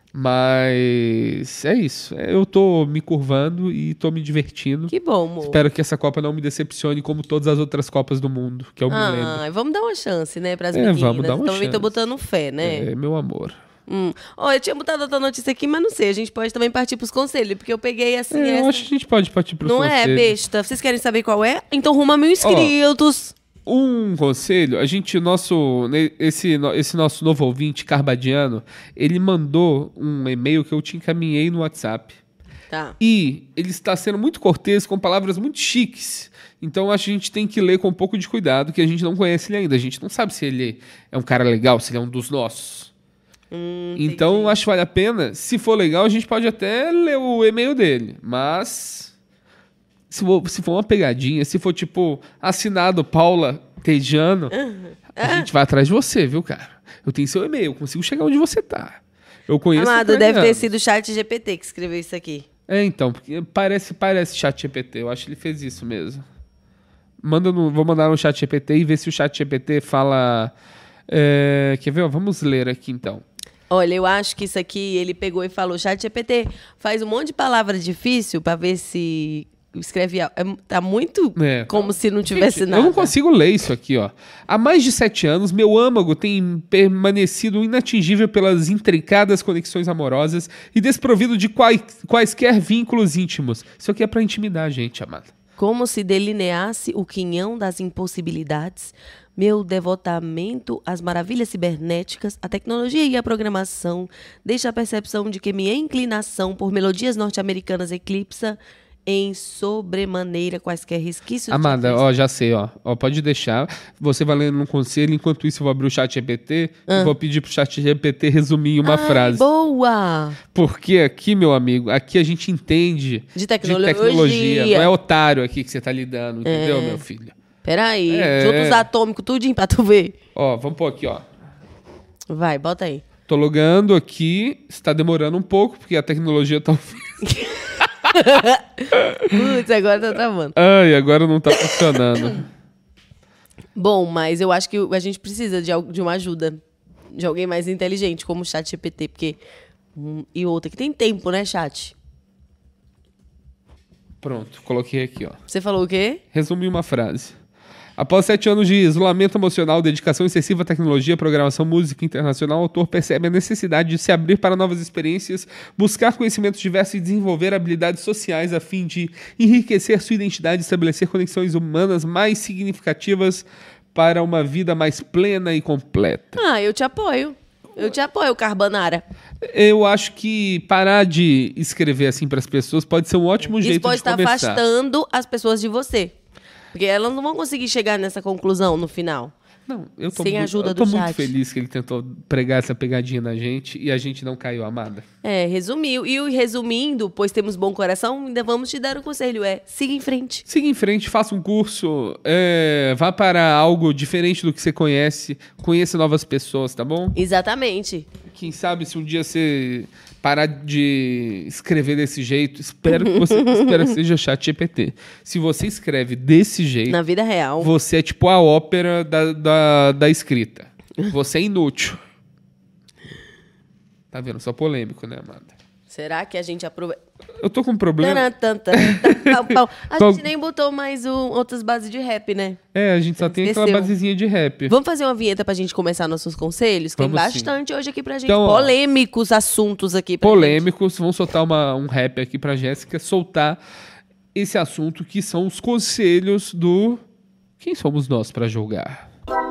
Mas é isso. Eu tô me curvando e tô me divertindo. Que bom, amor. Espero que essa Copa não me decepcione como todas as outras Copas do mundo, que eu me lembro. Ah, vamos dar uma chance, né, pras É, meninas. vamos dar uma Eu também tô chance. botando fé, né? É, meu amor. Hum. Ó, eu tinha botado outra notícia aqui, mas não sei. A gente pode também partir pros conselhos, porque eu peguei assim. É, eu essa... acho que a gente pode partir pro Não é, besta? Vocês querem saber qual é? Então ruma mil inscritos. Um conselho, a gente, nosso, ne- esse, no- esse nosso novo ouvinte, Carbadiano, ele mandou um e-mail que eu te encaminhei no WhatsApp. Tá. E ele está sendo muito cortês, com palavras muito chiques. Então acho que a gente tem que ler com um pouco de cuidado, que a gente não conhece ele ainda. A gente não sabe se ele é um cara legal, se ele é um dos nossos. Hum, Então acho que vale a pena. Se for legal, a gente pode até ler o e-mail dele. Mas se for, se for uma pegadinha, se for tipo assinado Paula Tejano, a gente vai atrás de você, viu, cara? Eu tenho seu e-mail, eu consigo chegar onde você tá. Eu conheço Amado, o deve ter Tejano. sido o chat G P T que escreveu isso aqui. É, então, porque parece, parece chat G P T. Eu acho que ele fez isso mesmo. Manda no, vou mandar no chat G P T e ver se o chat G P T fala... é, quer ver? Vamos ler aqui, então. Olha, eu acho que isso aqui ele pegou e falou: chat G P T, faz um monte de palavra difícil pra ver se escreve. al- É, tá muito É. como se não tivesse Gente, nada. eu não consigo ler isso aqui, ó. Há mais de sete anos, meu âmago tem permanecido inatingível pelas intricadas conexões amorosas e desprovido de quai- quaisquer vínculos íntimos. Isso aqui é pra intimidar a gente, amado. Como se delineasse o quinhão das impossibilidades, meu devotamento às maravilhas cibernéticas, à tecnologia e à programação, deixa a percepção de que minha inclinação por melodias norte-americanas eclipsa em sobremaneira quaisquer resquícios Amada, de ó, já sei, ó. Ó, pode deixar. Você vai lendo um conselho, enquanto isso eu vou abrir o chat G P T e vou pedir pro chat G P T resumir em uma Ah. Ai, frase. boa! Porque aqui, meu amigo, aqui a gente entende De tecnologia. tecnologia. Não é otário aqui que você tá lidando, entendeu, meu filho? Peraí, É. junta os atômicos tudinho pra tu ver. Ó, vamos pôr aqui, ó. Vai, bota aí. Tô logando aqui, está demorando um pouco, porque a tecnologia tá... Putz, agora tá travando. Ai, agora não tá funcionando. Bom, mas eu acho que a gente precisa de, al- de uma ajuda. De alguém mais inteligente, como o chat G P T, porque... hum, e outra, que tem tempo, né, chat? Pronto, coloquei aqui, ó. Você falou o quê? Resumi uma frase. Após sete anos de isolamento emocional, dedicação excessiva à tecnologia, programação, música internacional, o autor percebe a necessidade de se abrir para novas experiências, buscar conhecimentos diversos e desenvolver habilidades sociais a fim de enriquecer sua identidade e estabelecer conexões humanas mais significativas para uma vida mais plena e completa. Ah, eu te apoio. Eu te apoio, Carbonara. Eu acho que parar de escrever assim para as pessoas pode ser um ótimo Isso jeito pode de estar começar. afastando as pessoas de você. Porque elas não vão conseguir chegar nessa conclusão no final. Não, eu tô, Sem muito, ajuda eu tô do muito chat. feliz que ele tentou pregar essa pegadinha na gente e a gente não caiu, amada. É, resumiu. E o resumindo, pois temos bom coração, ainda vamos te dar o conselho. É, siga em frente. Siga em frente, faça um curso, é, vá para algo diferente do que você conhece, conheça novas pessoas, tá bom? Exatamente. Quem sabe se um dia você parar de escrever desse jeito, espero que você espero que seja chat G P T. Se você escreve desse jeito, Na vida real. você é tipo a ópera da, da, da escrita. Você é inútil. Tá vendo? Só polêmico, né, amada? Será que a gente aproveita? Eu tô com um problema. A Qual- gente nem botou mais um- outras bases de rap, né? É, a gente só tem aquela Esqueceu. basezinha de rap. Vamos fazer uma vinheta pra gente começar nossos conselhos? Tem Vamos sim. bastante hoje aqui pra gente. Então, ó, Polêmicos assuntos aqui pra gente. Polêmicos, vamos soltar uma, um rap aqui pra Jéssica soltar esse assunto que são os conselhos do Quem Somos Nós pra Julgar.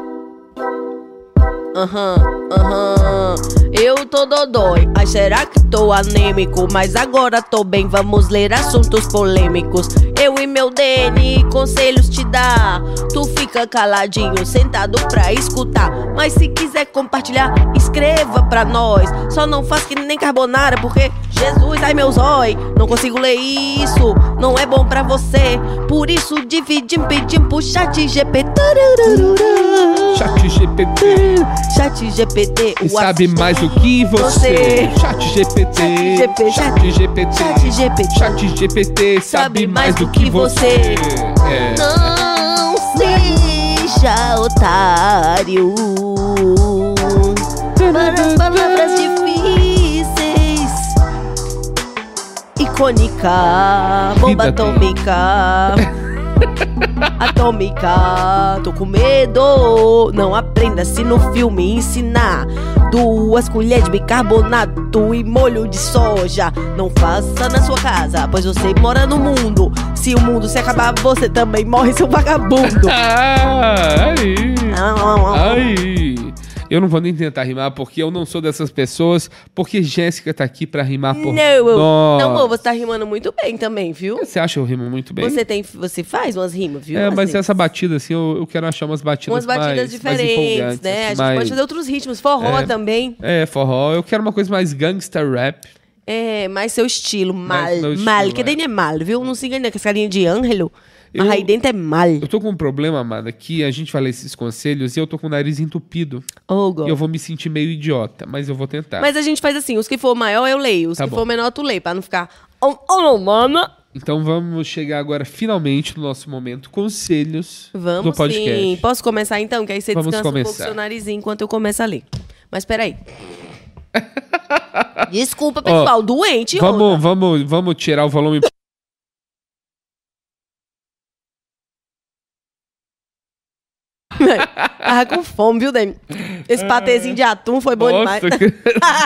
Aham, aham. Eu tô dodói. Ai, será que tô anêmico? Mas agora tô bem, vamos ler assuntos polêmicos. Eu e meu D N, conselhos te dá. Tu fica caladinho, sentado pra escutar. Mas se quiser compartilhar, escreva pra nós. Só não faz que nem carbonara, porque Jesus, ai meu zói, não consigo ler isso, não é bom pra você. Por isso divide, pedim pro chat G P T. Chat G P T Chat G P T, que sabe mais do que você. Chat G P T, Chat G P T, Chat G P T, Chat G P T sabe mais do que você. É. Não seja otário para as palavras difíceis. Icônica, bomba Vida tem. atômica. Atômica, tô com medo. Não aprenda-se no filme ensinar. Duas colheres de bicarbonato e molho de soja. Não faça na sua casa, pois você mora no mundo. Se o mundo se acabar, você também morre, seu vagabundo. Ah, aí. Aí. Eu não vou nem tentar rimar, porque eu não sou dessas pessoas, porque Jéssica tá aqui pra rimar por Não, eu- nós. não, amor, você tá rimando muito bem também, viu? Você acha que eu rimo muito bem? Você tem, você faz umas rimas, viu? É, Às mas vezes. essa batida, assim, eu, eu quero achar umas batidas Umas batidas mais, diferentes, mais empolgantes, né? A assim, gente mais- pode fazer outros ritmos, forró É. também. É, forró. Eu quero uma coisa mais gangster rap. É, mais seu estilo, mal. Mais meu mal, estilo, que é. dentro é mal, viu? Não se engane com essa carinha de Ângelo. Mas Eu- aí dentro é mal. Eu tô com um problema, amada, que a gente fala esses conselhos e eu tô com o nariz entupido. Oh, God. E eu vou me sentir meio idiota, mas eu vou tentar. Mas a gente faz assim, os que for maior eu leio, os Tá que bom. for menor tu lê, pra não ficar... Oh, oh não, mana. Então vamos chegar agora, finalmente, no nosso momento conselhos Vamos do podcast. sim. Posso começar então? Que aí você Vamos descansa um pouco começar. seu narizinho enquanto eu começo a ler. Mas peraí. Desculpa, Ó, pessoal. doente, Vamos, Rona. vamos, vamos tirar o volume. Tava com fome, viu, Demi? Esse patezinho de atum foi bom demais. Nossa, que...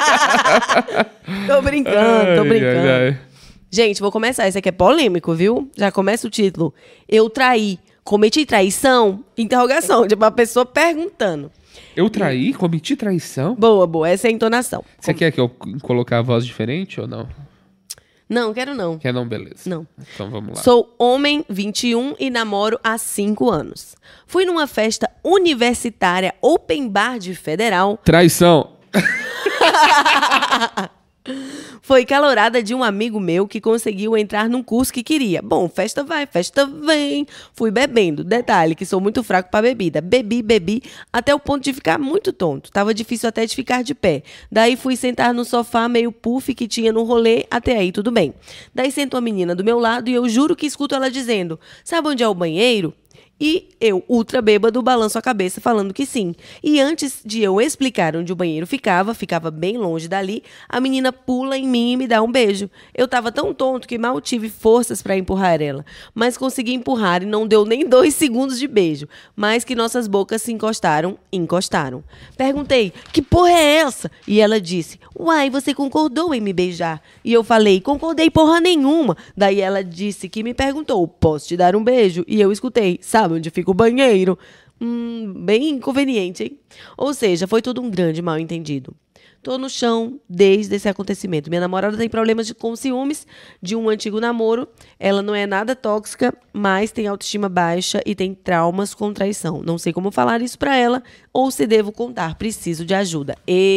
Tô brincando, tô Ai, brincando. ai, ai. Gente, vou começar. Esse aqui é polêmico, viu? Já começa o título. Eu traí. Cometi traição? Interrogação. Tipo, a pessoa perguntando. Eu traí? Cometi traição? Boa, boa. Essa é a entonação. Você quer que eu colocar a voz diferente ou não? Não, quero não. Quer não? Beleza. Não. Então vamos lá. Sou homem, vinte e um, e namoro há cinco anos. Fui numa festa universitária open bar de federal. Traição. Foi calorada de um amigo meu que conseguiu entrar num curso que queria. Bom, festa vai, festa vem. Fui bebendo. Detalhe que sou muito fraco pra bebida. Bebi, bebi, até o ponto de ficar muito tonto. Tava difícil até de ficar de pé. Daí fui sentar no sofá meio puff que tinha no rolê. Até aí tudo bem. Daí sentou a menina do meu lado e eu juro que escuto ela dizendo: sabe onde é o banheiro? E eu, ultra bêbado, balanço a cabeça falando que sim. E antes de eu explicar onde o banheiro ficava, ficava bem longe dali, a menina pula em mim e me dá um beijo. Eu tava tão tonto que mal tive forças pra empurrar ela. Mas consegui empurrar e não deu nem dois segundos de beijo. Mas que nossas bocas se encostaram, encostaram. Perguntei, que porra é essa? E ela disse, uai, você concordou em me beijar? E eu falei, concordei porra nenhuma. Daí ela disse que me perguntou, posso te dar um beijo? E eu escutei, sabe onde fica o banheiro? Hum, bem inconveniente, hein? Ou seja, foi tudo um grande mal-entendido. Tô no chão desde esse acontecimento. Minha namorada tem problemas de, com ciúmes de um antigo namoro. Ela não é nada tóxica, mas tem autoestima baixa e tem traumas com traição. Não sei como falar isso pra ela ou se devo contar. Preciso de ajuda.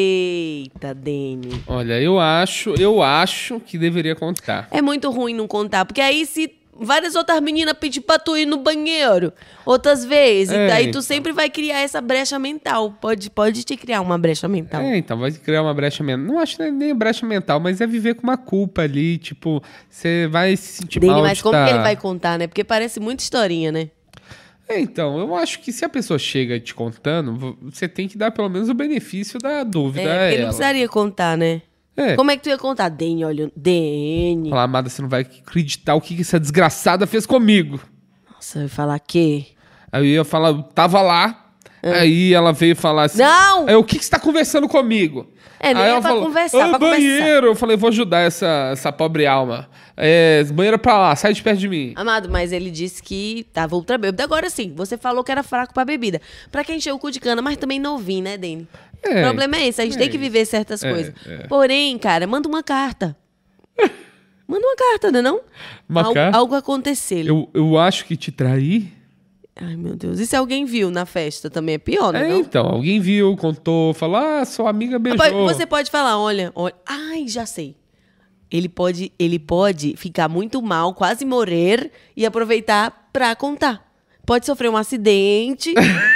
Eita, Dene. Olha, eu acho, eu acho que deveria contar. É muito ruim não contar, porque aí se várias outras meninas pedir pra tu ir no banheiro outras vezes, É, e daí tu então. sempre vai criar essa brecha mental. Pode, pode te criar uma brecha mental. É, então, vai criar uma brecha mental. Não acho nem- nem brecha mental, mas é viver com uma culpa ali, tipo, você vai se sentir Dele, mal mas de como tá... que ele vai contar, né? Porque parece muita historinha, né? É, então, eu acho que se a pessoa chega te contando, vo- você tem que dar pelo menos o benefício da dúvida É, a porque não ela. precisaria contar, né? É. Como é que tu ia contar? Dene, olha, Dene. Falar, amada, você não vai acreditar o que que essa desgraçada fez comigo. Nossa, eu ia falar que... Aí eu ia falar, eu tava lá, aí ela veio falar assim... Não! Aí, o que que você tá conversando comigo? É, nem Aí é ela pra falou, conversar, "Ah, pra banheiro. Eu falei, vou ajudar essa, essa pobre alma. É, banheiro pra lá, sai de perto de mim. Amado, mas ele disse que tava ultra bêbado. Agora sim, você falou que era fraco pra bebida. Pra quem encheu o cu de cana, mas também novinho, né, Dene? É, o problema é esse, a gente é tem que isso. viver certas É, coisas. é. Porém, cara, manda uma carta. Manda uma carta, né não? Uma Algo, carta? algo aconteceu. Eu, eu acho que te traí. Ai, meu Deus. E se alguém viu na festa também é pior, né? É, não? então, alguém viu, contou, falou, ah, sua amiga beijou. Pode- Você pode falar, olha, olha. Ai, já sei. Ele pode, ele pode ficar muito mal, quase morrer e aproveitar pra contar. Pode sofrer um acidente.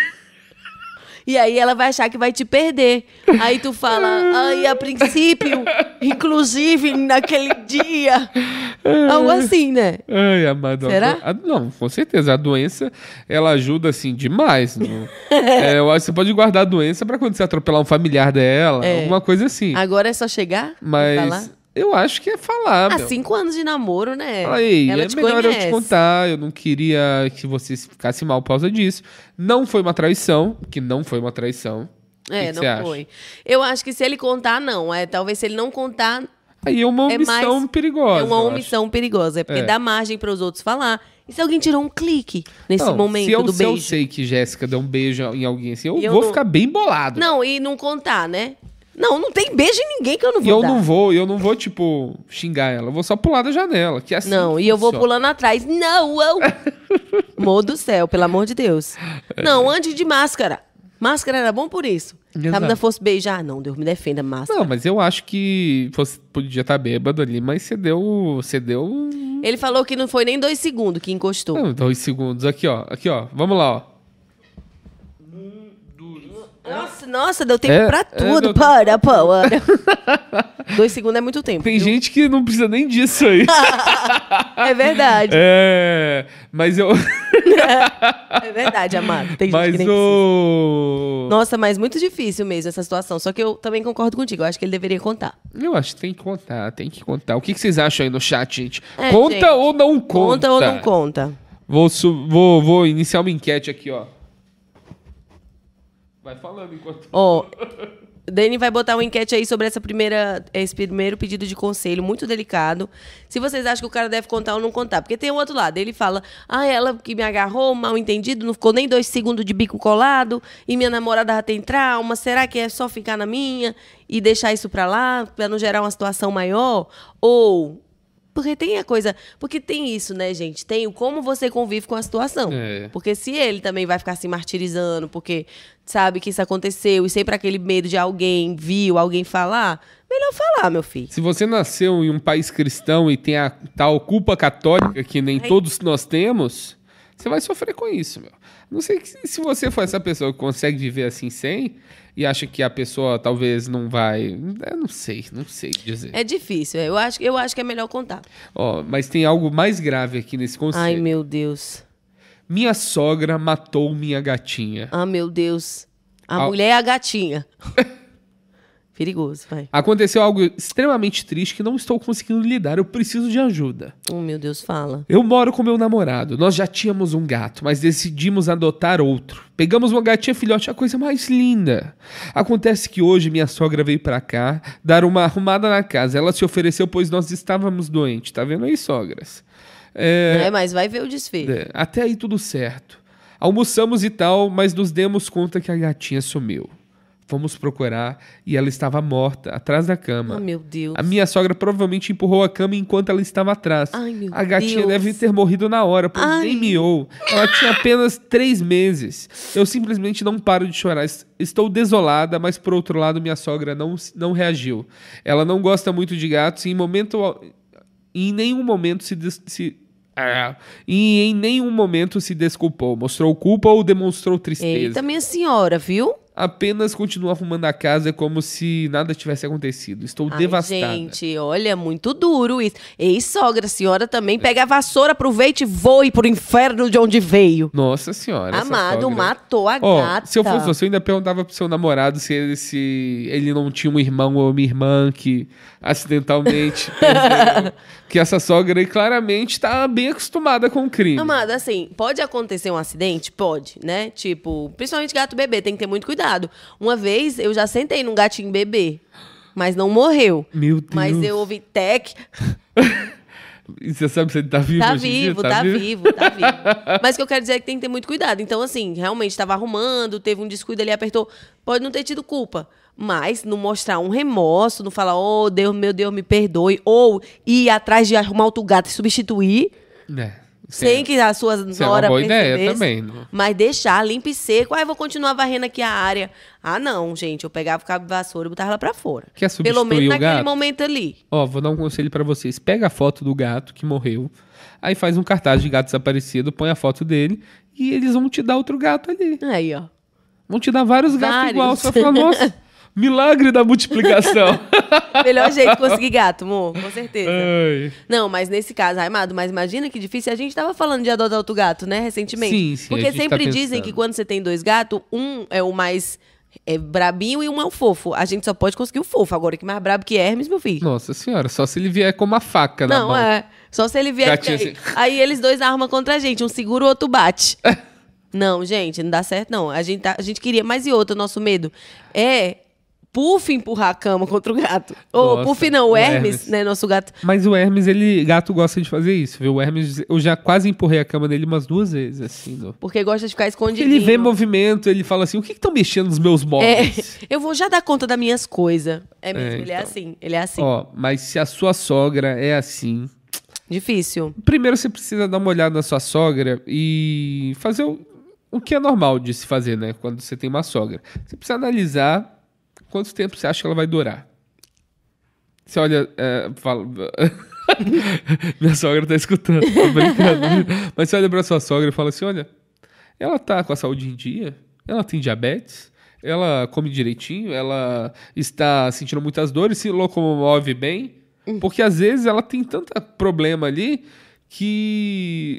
E aí ela vai achar que vai te perder. Aí tu fala, ai, a princípio, inclusive naquele dia. Algo assim, né? Ai, amado. Será? A- não, com certeza. A doença, ela ajuda, assim, demais. no- É, eu acho que você pode guardar a doença pra quando você atropelar um familiar dela, É. alguma coisa assim. Agora é só chegar e Mas falar. eu acho que é falar, Há meu. cinco anos de namoro, né? Fala, ei, Ela é te melhor eu conhece. te contar, eu não queria que você ficasse mal por causa disso. Não foi uma traição, que não foi uma traição. O É, que que não você acha? foi. Eu acho que se ele contar, não. É, talvez se ele não contar, Aí é uma é omissão mais... perigosa. É uma eu omissão perigosa. É porque É. dá margem para os outros falar. E se alguém tirou um clique nesse Não, momento se eu, do se eu beijo? sei que Jéssica deu um beijo em alguém assim, eu E eu vou não- ficar bem bolado. Não, e não contar, né? Não, não tem beijo em ninguém que eu não E vou eu dar. não vou, eu não vou, tipo, xingar ela. Eu vou só pular da janela. Que é assim Não, que e eu vou funciona. pulando atrás. Não, eu... Amor do céu, pelo amor de Deus. Não, antes de máscara. Máscara era bom por isso. Se a Exato. menina fosse beijar, não, Deus me defenda, máscara. Não, mas eu acho que você podia estar bêbado ali, mas você deu. Você deu. um- Ele falou que não foi nem dois segundos que encostou. Não, dois segundos. Aqui, ó. Aqui, ó. Vamos lá, ó. Nossa, nossa, deu tempo É, pra é, tudo. deu- Para, para. Dois segundos é muito tempo. Tem viu? gente que não precisa nem disso aí. É verdade. É. Mas eu. É verdade, amado. Tem gente Mas que nem precisa. o. Nossa, mas muito difícil mesmo essa situação. Só que eu também concordo contigo. Eu acho que ele deveria contar. Eu acho que tem que contar, tem que contar. O que que vocês acham aí no chat, gente? É, conta gente. ou não conta? Conta ou não conta? Vou, su- vou, vou iniciar uma enquete aqui, ó. Vai falando enquanto. Ó, Dani vai botar uma enquete aí sobre essa primeira, esse primeiro pedido de conselho, muito delicado. Se vocês acham que o cara deve contar ou não contar. Porque tem o outro lado. Ele fala, ah, ela que me agarrou, mal entendido, não ficou nem dois segundos de bico colado, e minha namorada já tem trauma, será que é só ficar na minha e deixar isso pra lá, pra não gerar uma situação maior? Ou Porque tem a coisa... Porque tem isso, né, gente? Tem o como você convive com a situação. É. Porque se ele também vai ficar se martirizando, porque sabe que isso aconteceu, e sempre aquele medo de alguém viu, alguém falar, melhor falar, meu filho. Se você nasceu em um país cristão e tem a tal culpa católica que nem Ai. todos nós temos, você vai sofrer com isso, meu. Não sei que- se você for essa pessoa que consegue viver assim sem e acha que a pessoa talvez não vai... Eu não sei, não sei o que dizer. É difícil, eu acho, eu acho que é melhor contar. Ó, mas tem algo mais grave aqui nesse conselho. Ai, meu Deus. Minha sogra matou minha gatinha. Ah, meu Deus. A Al- mulher é a gatinha. Perigoso, vai. Aconteceu algo extremamente triste que não estou conseguindo lidar. Eu preciso de ajuda. Oh, meu Deus, fala. Eu moro com meu namorado. Nós já tínhamos um gato, mas decidimos adotar outro. Pegamos uma gatinha filhote, a coisa mais linda. Acontece que hoje minha sogra veio pra cá dar uma arrumada na casa. Ela se ofereceu, pois nós estávamos doentes. Tá vendo aí, sogras? É, É, mas vai ver o desfecho. é, até aí tudo certo. Almoçamos e tal, mas nos demos conta que a gatinha sumiu. Fomos procurar e ela estava morta, atrás da cama. Ah, meu Deus. A minha sogra provavelmente empurrou a cama enquanto ela estava atrás. Ai, meu a gatinha Deus. deve ter morrido na hora, pois Ai. nem miou. Ela tinha apenas três meses. Eu simplesmente não paro de chorar. Es- Estou desolada, mas por outro lado, minha sogra não, não reagiu. Ela não gosta muito de gatos e em momento... al- em nenhum momento se... des- se ah, e em nenhum momento se desculpou, mostrou culpa ou demonstrou tristeza. Eita, minha senhora, viu? Apenas continua arrumando a casa como se nada tivesse acontecido. Estou Ai, devastada. gente, olha, muito duro isso. Ei, sogra, a senhora também pega a vassoura, aproveite e voe pro inferno de onde veio. Nossa senhora. essa Amado, sogra. matou a Ó, gata. se eu fosse você, eu ainda perguntava pro seu namorado se ele, se ele não tinha um irmão ou uma irmã que acidentalmente perderam. Que essa sogra aí claramente tá bem acostumada com o crime. Amada, assim, pode acontecer um acidente? Pode, né? Tipo, principalmente gato bebê, tem que ter muito cuidado. Uma vez eu já sentei num gatinho bebê, mas não morreu. Meu Deus. Mas eu ouvi tec, E você sabe se ele tá vivo tá hoje em dia? vivo, tá vivo, tá vivo. Mas o que eu quero dizer é que tem que ter muito cuidado. Então, assim, realmente tava arrumando, teve um descuido ali, apertou. Pode não ter tido culpa. Mas não mostrar um remorso, não falar, oh, Deus, meu Deus, me perdoe. Ou ir atrás de arrumar outro gato e substituir. É. Sem que a sua Isso é uma nora boa ideia percebesse. também. Não? Mas deixar limpo e seco. Ah, eu vou continuar varrendo aqui a área. Ah, não, gente. Eu pegava o cabo de vassoura e botava lá pra fora. Quer substituir Pelo menos o naquele gato? momento ali. Ó, vou dar um conselho pra vocês. Pega a foto do gato que morreu, aí faz um cartaz de gato desaparecido, põe a foto dele e eles vão te dar outro gato ali. Aí, ó. Vão te dar vários, gatos Vários. igual. Você vai falar, nossa, milagre da multiplicação. Melhor jeito de conseguir gato, amor. Com certeza. Ai. Não, mas nesse caso, ai, amado, mas imagina que difícil. A gente tava falando de adotar outro gato, né, recentemente. Sim, sim, a Porque gente tá sempre pensando. dizem que quando você tem dois gatos, um é o mais é, brabinho e um é o fofo. A gente só pode conseguir o fofo. Agora, que mais brabo que Hermes, meu filho. Nossa senhora, só se ele vier com uma faca na Não, mão. é. Só se ele vier aqui. Gatinho Aí, aí eles dois armam contra a gente. Um segura, o outro bate. É. Não, gente, não dá certo, não. A gente, tá- a gente queria mais e outro. Nosso medo é Puff empurrar a cama contra o gato. Ou Nossa, Puff não, o o Hermes, Hermes. né? Nosso gato. Mas o Hermes, ele, gato gosta de fazer isso, viu? O Hermes, eu já quase empurrei a cama dele umas duas vezes, assim. No... Porque gosta de ficar escondido. Ele vê movimento, ele fala assim, o que estão mexendo nos meus É, móveis? eu vou já dar conta das minhas coisas. É mesmo, É, ele é então. assim. Ele é assim. Ó, mas se a sua sogra é assim... Difícil. Primeiro você precisa dar uma olhada na sua sogra e fazer o, o que é normal de se fazer, né? Quando você tem uma sogra. Você precisa analisar quanto tempo você acha que ela vai durar. Você olha... é, fala... Minha sogra tá escutando, tô brincando. Mas você olha pra sua sogra e fala assim, olha, ela tá com a saúde em dia, ela tem diabetes, ela come direitinho, ela está sentindo muitas dores, se locomove bem, porque às vezes ela tem tanto problema ali que...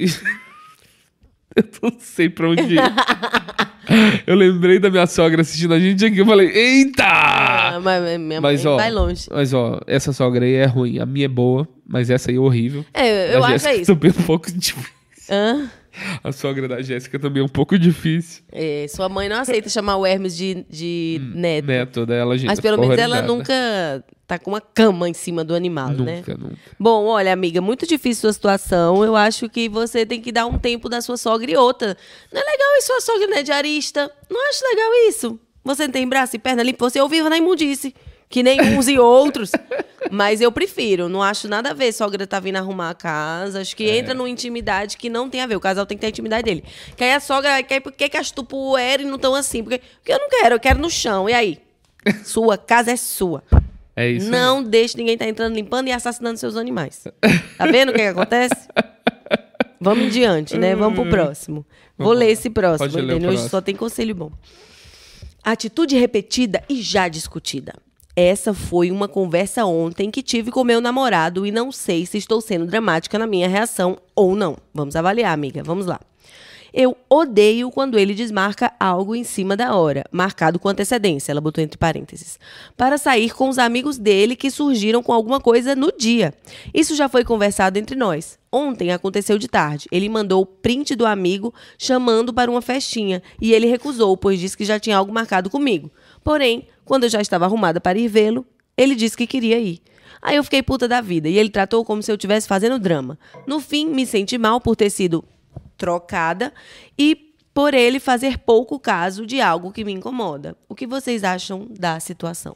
Eu não sei pra onde ir. Eu lembrei da minha sogra assistindo a gente aqui, eu falei, eita! Ah, mas minha Mas, mãe ó, vai longe. Mas, ó, essa sogra aí é ruim. A minha é boa, mas essa aí é horrível. É, eu a acho Jéssica é isso. também é um pouco difícil. Hã? A sogra da Jéssica também é um pouco difícil. É, sua mãe não aceita chamar o Hermes de, de neto. Neto dela, gente. Mas pelo menos ela horrorizada. nunca tá com uma cama em cima do animal, né? Nunca, nunca. Bom, olha, amiga, muito difícil sua situação. Eu acho que você tem que dar um tempo da sua sogra e outra. Não é legal isso, sua sogra não é diarista. Não acho legal isso. Você não tem braço e perna limpa, você é viva na imundice. que nem uns e outros. Mas eu prefiro, não acho nada a ver sogra tá vindo arrumar a casa. Acho que É. entra numa intimidade que não tem a ver. O casal tem que ter a intimidade dele. Que aí a sogra quer, por que que as tupoeiras não estão assim? Porque, porque eu não quero, eu quero no chão. E aí? Sua casa é sua. É isso aí. Não deixe ninguém estar entrando, limpando e assassinando seus animais. Tá vendo o que, que acontece? Vamos em diante, né? Vamos pro próximo. Vou Vamos ler lá. esse próximo, Pode ler o entendeu? Hoje próximo. só tem conselho bom. Atitude repetida e já discutida. Essa foi uma conversa ontem que tive com meu namorado e não sei se estou sendo dramática na minha reação ou não. Vamos avaliar, amiga. Vamos lá. Eu odeio quando ele desmarca algo em cima da hora, marcado com antecedência, ela botou entre parênteses, para sair com os amigos dele que surgiram com alguma coisa no dia. Isso já foi conversado entre nós. Ontem aconteceu de tarde. Ele mandou o print do amigo chamando para uma festinha e ele recusou, pois disse que já tinha algo marcado comigo. Porém, quando eu já estava arrumada para ir vê-lo, ele disse que queria ir. Aí eu fiquei puta da vida e ele tratou como se eu estivesse fazendo drama. No fim, me senti mal por ter sido trocada e por ele fazer pouco caso de algo que me incomoda. O que vocês acham da situação?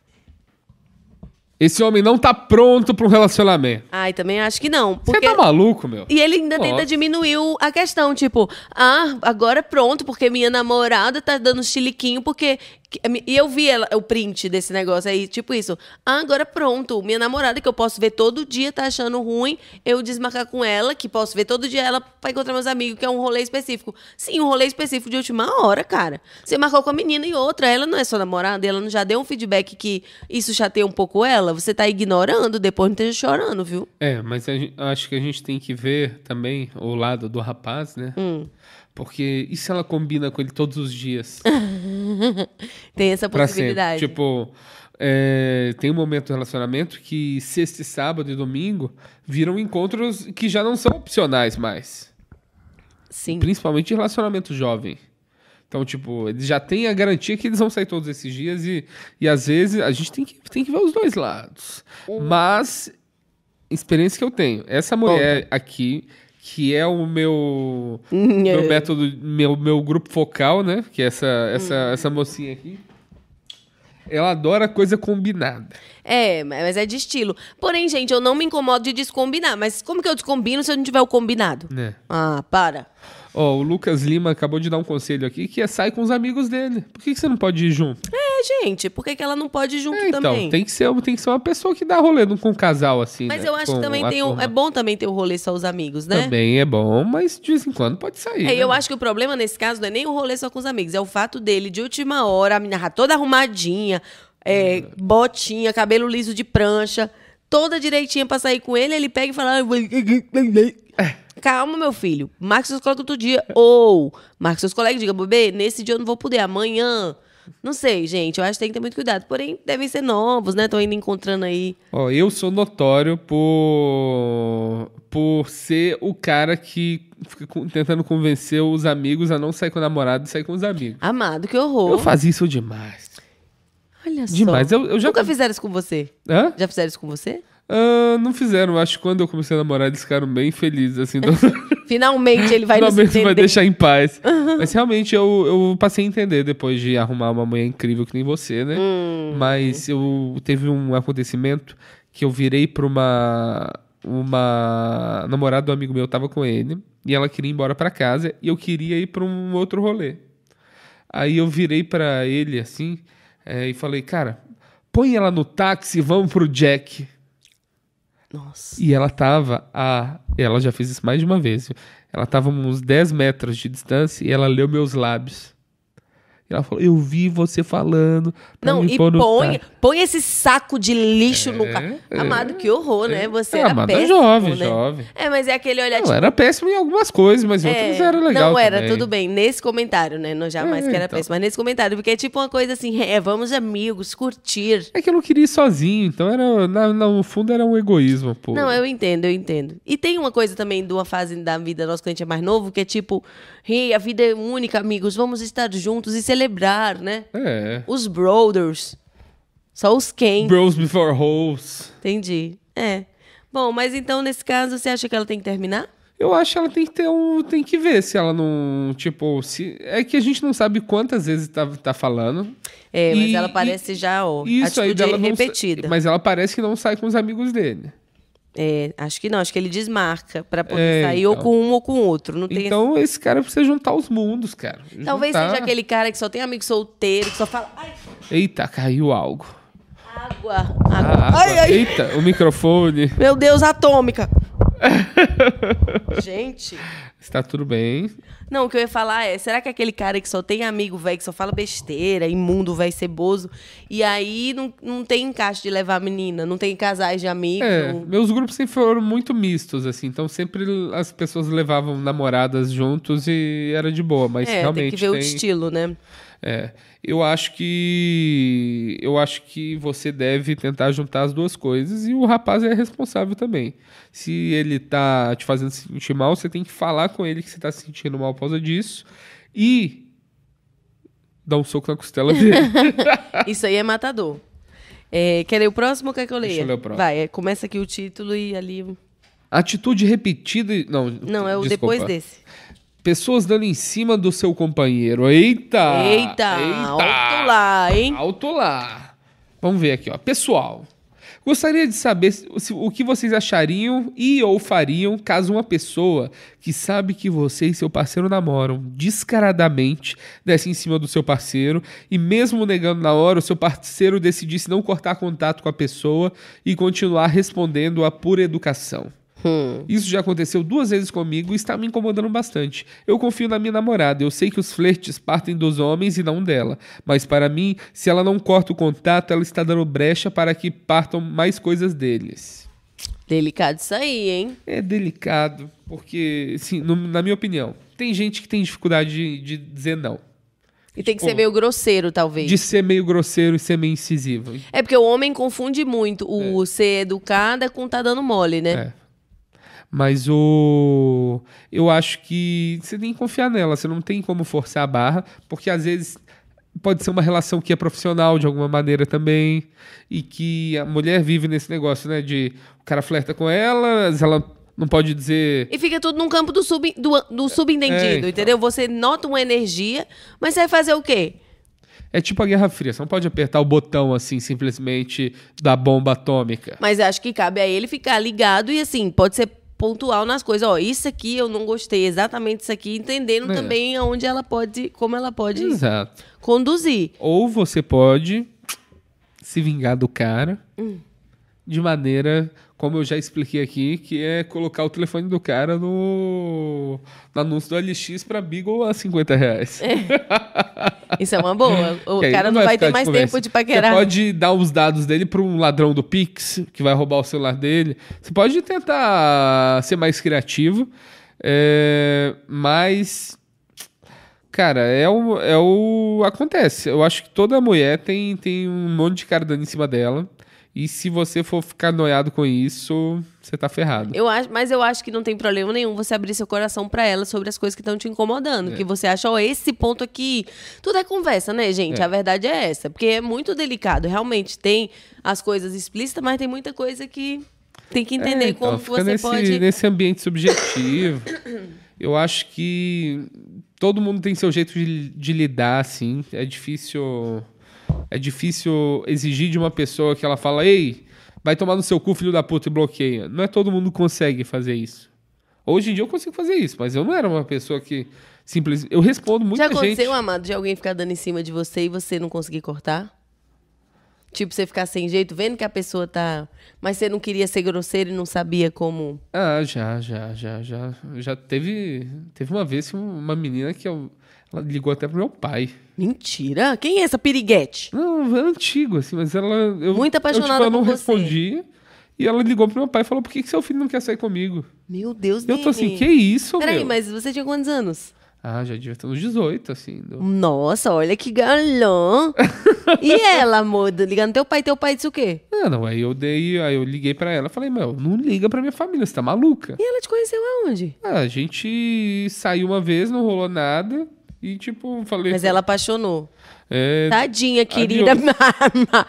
Esse homem não tá pronto pra um relacionamento. Ai, também acho que não. Você Porque... tá maluco, meu? E ele ainda Nossa. tenta diminuir o- a questão, tipo, ah, agora pronto, porque minha namorada tá dando chiliquinho, porque... E eu vi ela- o print desse negócio aí, tipo isso. Ah, agora pronto, minha namorada, que eu posso ver todo dia, tá achando ruim, eu desmarcar com ela, que posso ver todo dia ela pra encontrar meus amigos, que é um rolê específico. Sim, um rolê específico de última hora, cara. Você marcou com a menina e outra, ela não é sua namorada, ela não já deu um feedback que isso chateia um pouco ela, você tá ignorando, depois não esteja chorando, viu? É, mas a gen- acho que a gente tem que ver também o lado do rapaz, né? Hum. Porque e se ela combina com ele todos os dias? Tem essa Pra sempre. possibilidade. Tipo, é, tem um momento do relacionamento que sexta, e sábado e domingo viram encontros que já não são opcionais mais. Sim. Principalmente em relacionamento jovem. Então, tipo, eles já têm a garantia que eles vão sair todos esses dias e, e às vezes a gente tem que, tem que ver os dois lados. Mas, experiência que eu tenho, essa mulher aqui, que é o meu, meu método, meu, meu grupo focal, né? Que é essa, essa, essa mocinha aqui. Ela adora coisa combinada. É, mas é de estilo. Porém, gente, eu não me incomodo de descombinar. Mas como que eu descombino se eu não tiver o combinado? Né? Ah, para. Ó, o Lucas Lima acabou de dar um conselho aqui, que é sair com os amigos dele. Por que, que você não pode ir junto? É, gente, por que, que ela não pode ir junto É, então, também? tem que, ser, tem que ser uma pessoa que dá rolê, não com um casal assim, Mas né? eu acho Com que também a tem um, turma. é bom também ter o rolê só os amigos, né? Também é bom, mas de vez em quando pode sair. É, né? eu acho que o problema nesse caso não é nem o rolê só com os amigos, é o fato dele, de última hora, a menina toda arrumadinha, é, botinha, cabelo liso de prancha, toda direitinha pra sair com ele, ele pega e fala... Calma, meu filho. Marque seus colegas outro dia. Ou marque seus colegas e diga, bebê, nesse dia eu não vou poder, amanhã. Não sei, gente. Eu acho que tem que ter muito cuidado. Porém, devem ser novos, né? Estão ainda encontrando aí. Ó, eu sou notório por, por ser o cara que fica com- tentando convencer os amigos a não sair com o namorado e sair com os amigos. Amado, que horror. Eu fazia isso demais. Olha só. Demais. Eu, eu já... Nunca fizeram isso com você? Hã? Já fizeram isso com você? Ah, não fizeram. Acho que quando eu comecei a namorar, eles ficaram bem felizes, assim. Então... Finalmente ele vai nos Finalmente vai entender. deixar em paz. Mas realmente eu, eu passei a entender depois de arrumar uma mulher incrível que nem você, né? Hum. Mas eu teve um acontecimento que eu virei pra uma, uma namorada do amigo meu, eu tava com ele, e ela queria ir embora pra casa, e eu queria ir pra um outro rolê. Aí eu virei pra ele, assim, é, e falei, cara, põe ela no táxi e vamos pro Jack. Nossa. E ela tava a... Ela já fez isso mais de uma vez. Viu? Ela tava a uns dez metros de distância e ela leu meus lábios. E ela falou, eu vi você falando. pra Não, me e pôr no põe, tá-" põe esse saco de lixo no É, carro. é, Amado, que horror, né? Você É, era amada péssimo, jovem, né? jovem. É, mas é aquele olhar Não, tipo... era péssimo em algumas coisas, mas em É, outras era legal não era, também. tudo bem. Nesse comentário, né? Não jamais É, que era então. péssimo, mas nesse comentário. Porque é tipo uma coisa assim, é, vamos amigos, curtir. É que eu não queria ir sozinho, então era, na- no fundo era um egoísmo, pô. Não, eu entendo, eu entendo. E tem uma coisa também de uma fase da vida nossa quando a gente é mais novo, que é tipo, hey, a vida é única, amigos, vamos estar juntos e celebrar, né? É. Os brothers. Só os quem. Bros before hoes. Entendi. É. Bom, mas então, nesse caso, você acha que ela tem que terminar? Eu acho que ela tem que ter um. Tem que ver se ela não. Tipo, se. É que a gente não sabe quantas vezes tá, tá falando. É, mas E- ela parece já, ó, Isso aí atitude dela não sa- repetida. Mas ela parece que não sai com os amigos dele. É, acho que não, acho que ele desmarca pra poder É, sair ou então. com um ou com o outro. Não tem Então esse cara precisa juntar os mundos, cara. esse- Talvez Juntar- seja aquele cara que só tem amigo solteiro, que só fala. Ai, Eita, caiu algo. água, A água. água. Ai, ai. Eita, o microfone. Meu Deus, atômica. Gente. Está tudo bem. Não, o que eu ia falar é, será que aquele cara que só tem amigo, velho, que só fala besteira, imundo, velho, ceboso, e aí não, não tem encaixe de levar a menina, não tem casais de amigos? É, não- meus grupos sempre foram muito mistos, assim. Então sempre as pessoas levavam namoradas juntos e era de boa. Mas é, realmente tem que ver o estilo, né? É, eu acho que eu acho que você deve tentar juntar as duas coisas e o rapaz é responsável também. Se ele tá te fazendo se sentir mal, você tem que falar com ele que você tá se sentindo mal por causa disso e dar um soco na costela dele. Isso aí é matador. É, quer ler o próximo ou quer que eu leia? Deixa eu ler o próximo. Vai, é, começa aqui o título e ali... Atitude repetida, e- não, Não, é o desculpa. depois desse. Pessoas dando em cima do seu companheiro. Eita! Eita, alto lá, hein? Alto lá. Vamos ver aqui, ó. Pessoal, gostaria de saber se- se- o que vocês achariam e ou fariam caso uma pessoa que sabe que você e seu parceiro namoram descaradamente desse em cima do seu parceiro e mesmo negando na hora, o seu parceiro decidisse não cortar contato com a pessoa e continuar respondendo a pura educação. Hum. Isso já aconteceu duas vezes comigo e está me incomodando bastante. Eu confio na minha namorada, eu sei que os flertes partem dos homens e não dela. Mas para mim, se ela não corta o contato, ela está dando brecha para que partam mais coisas deles. Delicado isso aí, hein? É delicado, porque, assim, no- na minha opinião, tem gente que tem dificuldade de, de dizer não. E tem que Tipo, ser meio grosseiro, talvez. De ser meio grosseiro e ser meio incisivo. É porque o homem confunde muito o ser educada com tá dando mole, né? É. Mas o. Eu acho que você tem que confiar nela. Você não tem como forçar a barra, porque às vezes pode ser uma relação que é profissional de alguma maneira também. E que a mulher vive nesse negócio, né? De o cara flerta com ela, mas ela não pode dizer. E fica tudo num campo do, sub, do, do subentendido, É, então. entendeu? Você nota uma energia, mas você vai fazer o quê? É tipo a Guerra Fria. Você não pode apertar o botão assim, simplesmente da bomba atômica. Mas eu acho que cabe a ele ficar ligado e, assim, pode ser pontual nas coisas. Ó, isso aqui eu não gostei, exatamente isso aqui, entendendo É. também aonde ela pode, como ela pode Exato. conduzir. Ou você pode se vingar do cara Hum. de maneira, como eu já expliquei aqui, que é colocar o telefone do cara no, no anúncio do L X pra Beagle a cinquenta reais. Isso é uma boa. O Que aí cara não vai ficar ter mais conversa. tempo de paquerar. Você pode dar os dados dele para um ladrão do Pix, que vai roubar o celular dele. Você pode tentar ser mais criativo, é, mas... Cara, é o, é o... Acontece. Eu acho que toda mulher tem, tem um monte de cara dando em cima dela. E se você for ficar noiado com isso, você tá ferrado. Eu acho, mas eu acho que não tem problema nenhum você abrir seu coração pra ela sobre as coisas que estão te incomodando. Que você acha, ó, esse ponto aqui. Tudo é conversa, né, gente? É. A verdade é essa. Porque é muito delicado. Realmente tem as coisas explícitas, mas tem muita coisa que tem que entender É, então, como fica você nesse, pode. nesse ambiente subjetivo. Eu acho que todo mundo tem seu jeito de, de lidar, assim. É difícil... É difícil exigir de uma pessoa que ela fala, ei, vai tomar no seu cu, filho da puta, e bloqueia. Não é todo mundo que consegue fazer isso. Hoje em dia eu consigo fazer isso, mas eu não era uma pessoa que simplesmente... Eu respondo muita Já aconteceu, gente... amado, de alguém ficar dando em cima de você e você não conseguir cortar? Tipo, você ficar sem jeito, vendo que a pessoa tá... Mas você não queria ser grosseiro e não sabia como... Ah, já, já, já, já. Já teve... Teve uma vez que uma menina que eu... Ela ligou até pro meu pai. Mentira! Quem é essa piriguete? Não, é antigo, assim, mas ela... Eu, Muito apaixonada eu, tipo, eu não por você. respondi. E ela ligou pro meu pai e falou, por que, que seu filho não quer sair comigo? Meu Deus, Eu tô assim, Nene. que isso, Peraí, meu? mas você tinha quantos anos? Ah, já devia ter uns dezoito, assim. do- Nossa, olha que galã. E ela, amor, ligando teu pai, teu pai disse o quê? Ah, não, aí eu dei, aí eu liguei pra ela, falei, meu, não liga pra minha família, você tá maluca? E ela te conheceu aonde? Ah, a gente saiu uma vez, não rolou nada, e tipo, falei... Mas ela apaixonou. É, Tadinha, querida.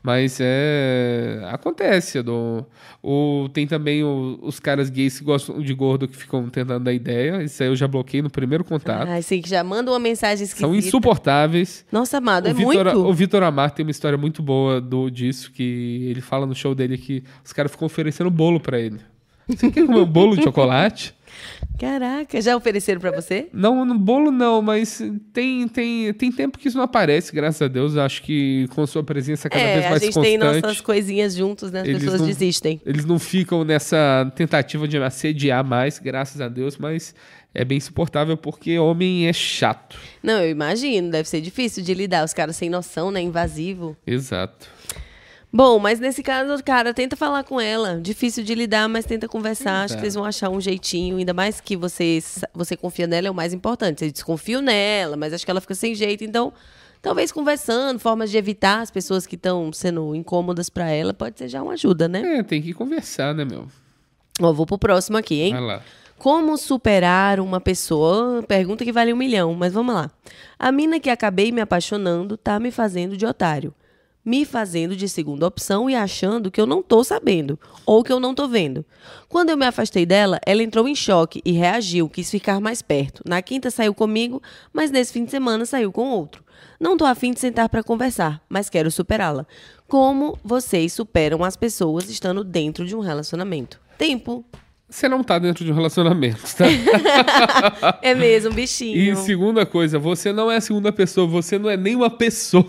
Mas é... acontece. Do... O... Tem também o... os caras gays que gostam de gordo que ficam tentando dar ideia. Isso aí eu já bloqueei no primeiro contato. Ah, sim, que já manda uma mensagem esquisita. São insuportáveis. Nossa, amado, O é Vitor, muito. o Vitor Amar tem uma história muito boa do, disso, que ele fala no show dele que os caras ficam oferecendo bolo pra ele. Você quer comer um bolo de chocolate? Caraca, já ofereceram pra você? Não, no bolo não, mas tem, tem, tem tempo que isso não aparece, graças a Deus. Acho que com sua presença cada é, vez mais a gente constante. tem nossas coisinhas juntos, né? As eles pessoas não- desistem. Eles não ficam nessa tentativa de assediar mais, graças a Deus, mas é bem insuportável porque homem é chato. Não, eu imagino, deve ser difícil de lidar. Os caras sem noção, né? Invasivo. Exato. Bom, mas nesse caso, cara, tenta falar com ela. Difícil de lidar, mas tenta conversar. Acho Exato. que eles vão achar um jeitinho. Ainda mais que você, você confia nela, é o mais importante. Você desconfia nela, mas acho que ela fica sem jeito. Então, talvez conversando, formas de evitar as pessoas que estão sendo incômodas pra ela, pode ser já uma ajuda, né? É, tem que conversar, né, meu? Ó, vou pro próximo aqui, hein? Vai lá. Como superar uma pessoa? Pergunta que vale um milhão, mas vamos lá. A mina que acabei me apaixonando tá me fazendo de otário. Me fazendo de segunda opção e achando que eu não tô sabendo, ou que eu não tô vendo. Quando eu me afastei dela, ela entrou em choque e reagiu, quis ficar mais perto. Na quinta saiu comigo, mas nesse fim de semana saiu com outro. Não tô afim de sentar pra conversar, mas quero superá-la. Como vocês superam as pessoas estando dentro de um relacionamento? Tempo. Você não tá dentro de um relacionamento, tá? É mesmo, bichinho. E segunda coisa, você não é a segunda pessoa, você não é nem uma pessoa.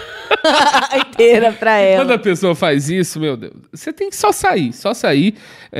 Inteira pra ela. Quando a pessoa faz isso, meu Deus, você tem que só sair, só sair.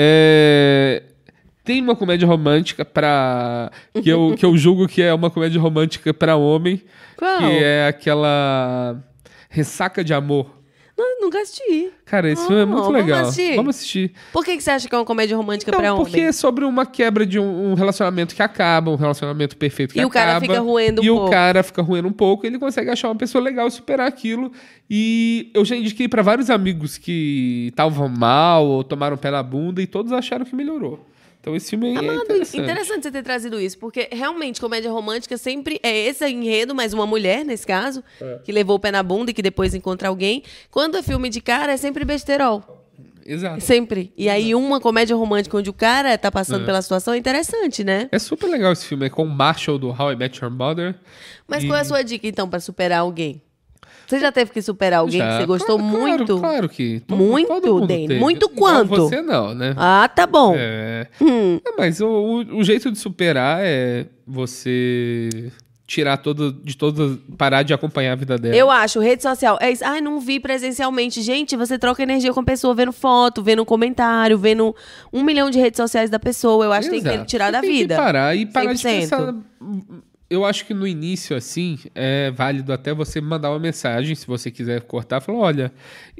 É, Tem uma comédia romântica pra... que eu, que eu julgo que é uma comédia romântica pra homem. Qual? Que é aquela Ressaca de Amor. Não, nunca assisti. Cara, esse Oh, filme é muito vamos legal. assistir? Vamos assistir. Por que, que você acha que é uma comédia romântica pra Então, homem? porque é sobre uma quebra de um, um relacionamento que acaba, um relacionamento perfeito que E o acaba. cara fica roendo um E pouco. o cara fica roendo um pouco, ele consegue achar uma pessoa legal e superar aquilo. E eu já indiquei pra vários amigos que estavam mal ou tomaram pé na bunda e todos acharam que melhorou. Então esse filme é Amado, interessante. interessante você ter trazido isso, porque realmente comédia romântica sempre é esse enredo, mas uma mulher, nesse caso, que levou o pé na bunda e que depois encontra alguém. Quando é filme de cara, é sempre besterol. Exato. Sempre. E aí uma comédia romântica onde o cara tá passando É. pela situação é interessante, né? É super legal esse filme, é com o Marshall do How I Met Your Mother. Mas E- qual é a sua dica, então, pra superar alguém? Você já teve que superar alguém Já, que você gostou claro, muito? Claro, claro que. todo- Muito, todo mundo Dani, teve. muito Igual quanto? Você não, né? Ah, tá bom. É. Hum. É, mas o, o, o jeito de superar é você tirar todo, de todas, parar de acompanhar a vida dela. Eu acho, rede social. É isso. Ai, não vi presencialmente. Gente, você troca energia com a pessoa vendo foto, vendo comentário, vendo um milhão de redes sociais da pessoa. Eu acho que tem Exato. que tirar Você da tem vida. Que parar e parar de cem por cento. pensar. Eu acho que no início, assim, é válido até você mandar uma mensagem, se você quiser cortar, falar, olha,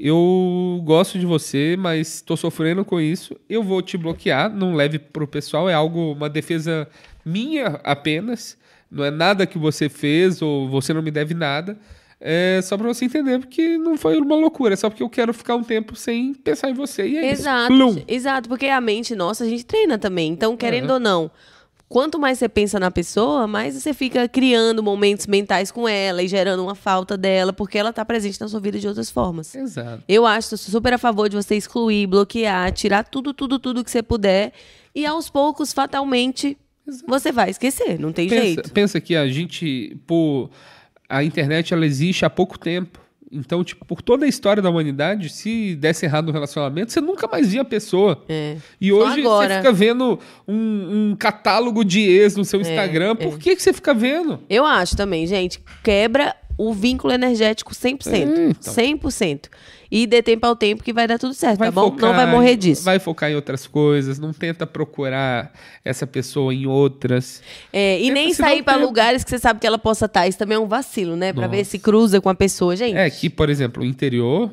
eu gosto de você, mas estou sofrendo com isso, eu vou te bloquear, não leve pro pessoal, é algo, uma defesa minha apenas, não é nada que você fez ou você não me deve nada, é só pra você entender que não foi uma loucura, é só porque eu quero ficar um tempo sem pensar em você, e é Exato, isso. Plum. exato, porque a mente nossa, a gente treina também. Então, querendo É. ou não, quanto mais você pensa na pessoa, mais você fica criando momentos mentais com ela e gerando uma falta dela, porque ela tá presente na sua vida de outras formas. Exato. Eu acho, sou super a favor de você excluir, bloquear, tirar tudo, tudo, tudo que você puder. E aos poucos, fatalmente, você vai esquecer. Não tem Pensa, jeito. pensa que a gente, por a internet, ela existe há pouco tempo. Então, tipo, por toda a história da humanidade, se desse errado no relacionamento, você nunca mais via a pessoa. É. E Só hoje agora. você fica vendo um, um catálogo de ex no seu Instagram. Por que, que você fica vendo? Eu acho também, gente. Quebra o vínculo energético cem por cento. É, então. cem por cento. E dê tempo ao tempo que vai dar tudo certo, tá bom? focar Não vai morrer em- disso. Vai focar em outras coisas. Não tenta procurar essa pessoa em outras. É, e Tenta nem se dar sair um pra tempo. lugares que você sabe que ela possa estar. Isso também é um vacilo, né? Pra Nossa. ver se cruza com a pessoa, gente. É que, por exemplo, o interior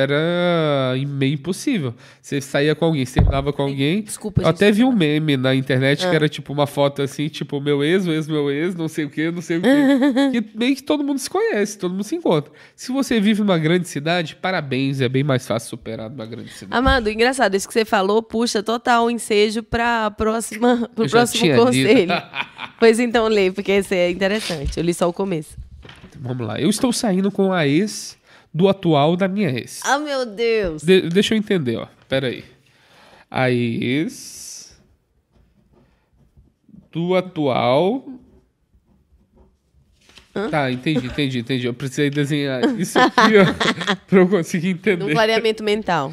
era meio impossível. Você saía com alguém, você terminava com alguém. Desculpa, Eu gente. até vi um meme na internet Ah. que era tipo uma foto assim, tipo, meu ex, o ex, meu ex, não sei o que, não sei o que. Que meio que todo mundo se conhece, todo mundo se encontra. Se você vive numa grande cidade, parabéns, é bem mais fácil superar numa grande cidade. Amado, engraçado, isso que você falou puxa total o ensejo para próxima, pro Eu já próximo tinha conselho. lido. Pois então, lê, porque esse é interessante. Eu li só o começo. Vamos lá. Eu estou saindo com a ex do atual da minha ex. Ah, meu Deus. De- deixa eu entender, ó. Pera aí. A ex do atual... Hã? Tá, entendi, entendi, entendi. Eu precisei desenhar isso aqui, ó, pra eu conseguir entender. Um clareamento mental.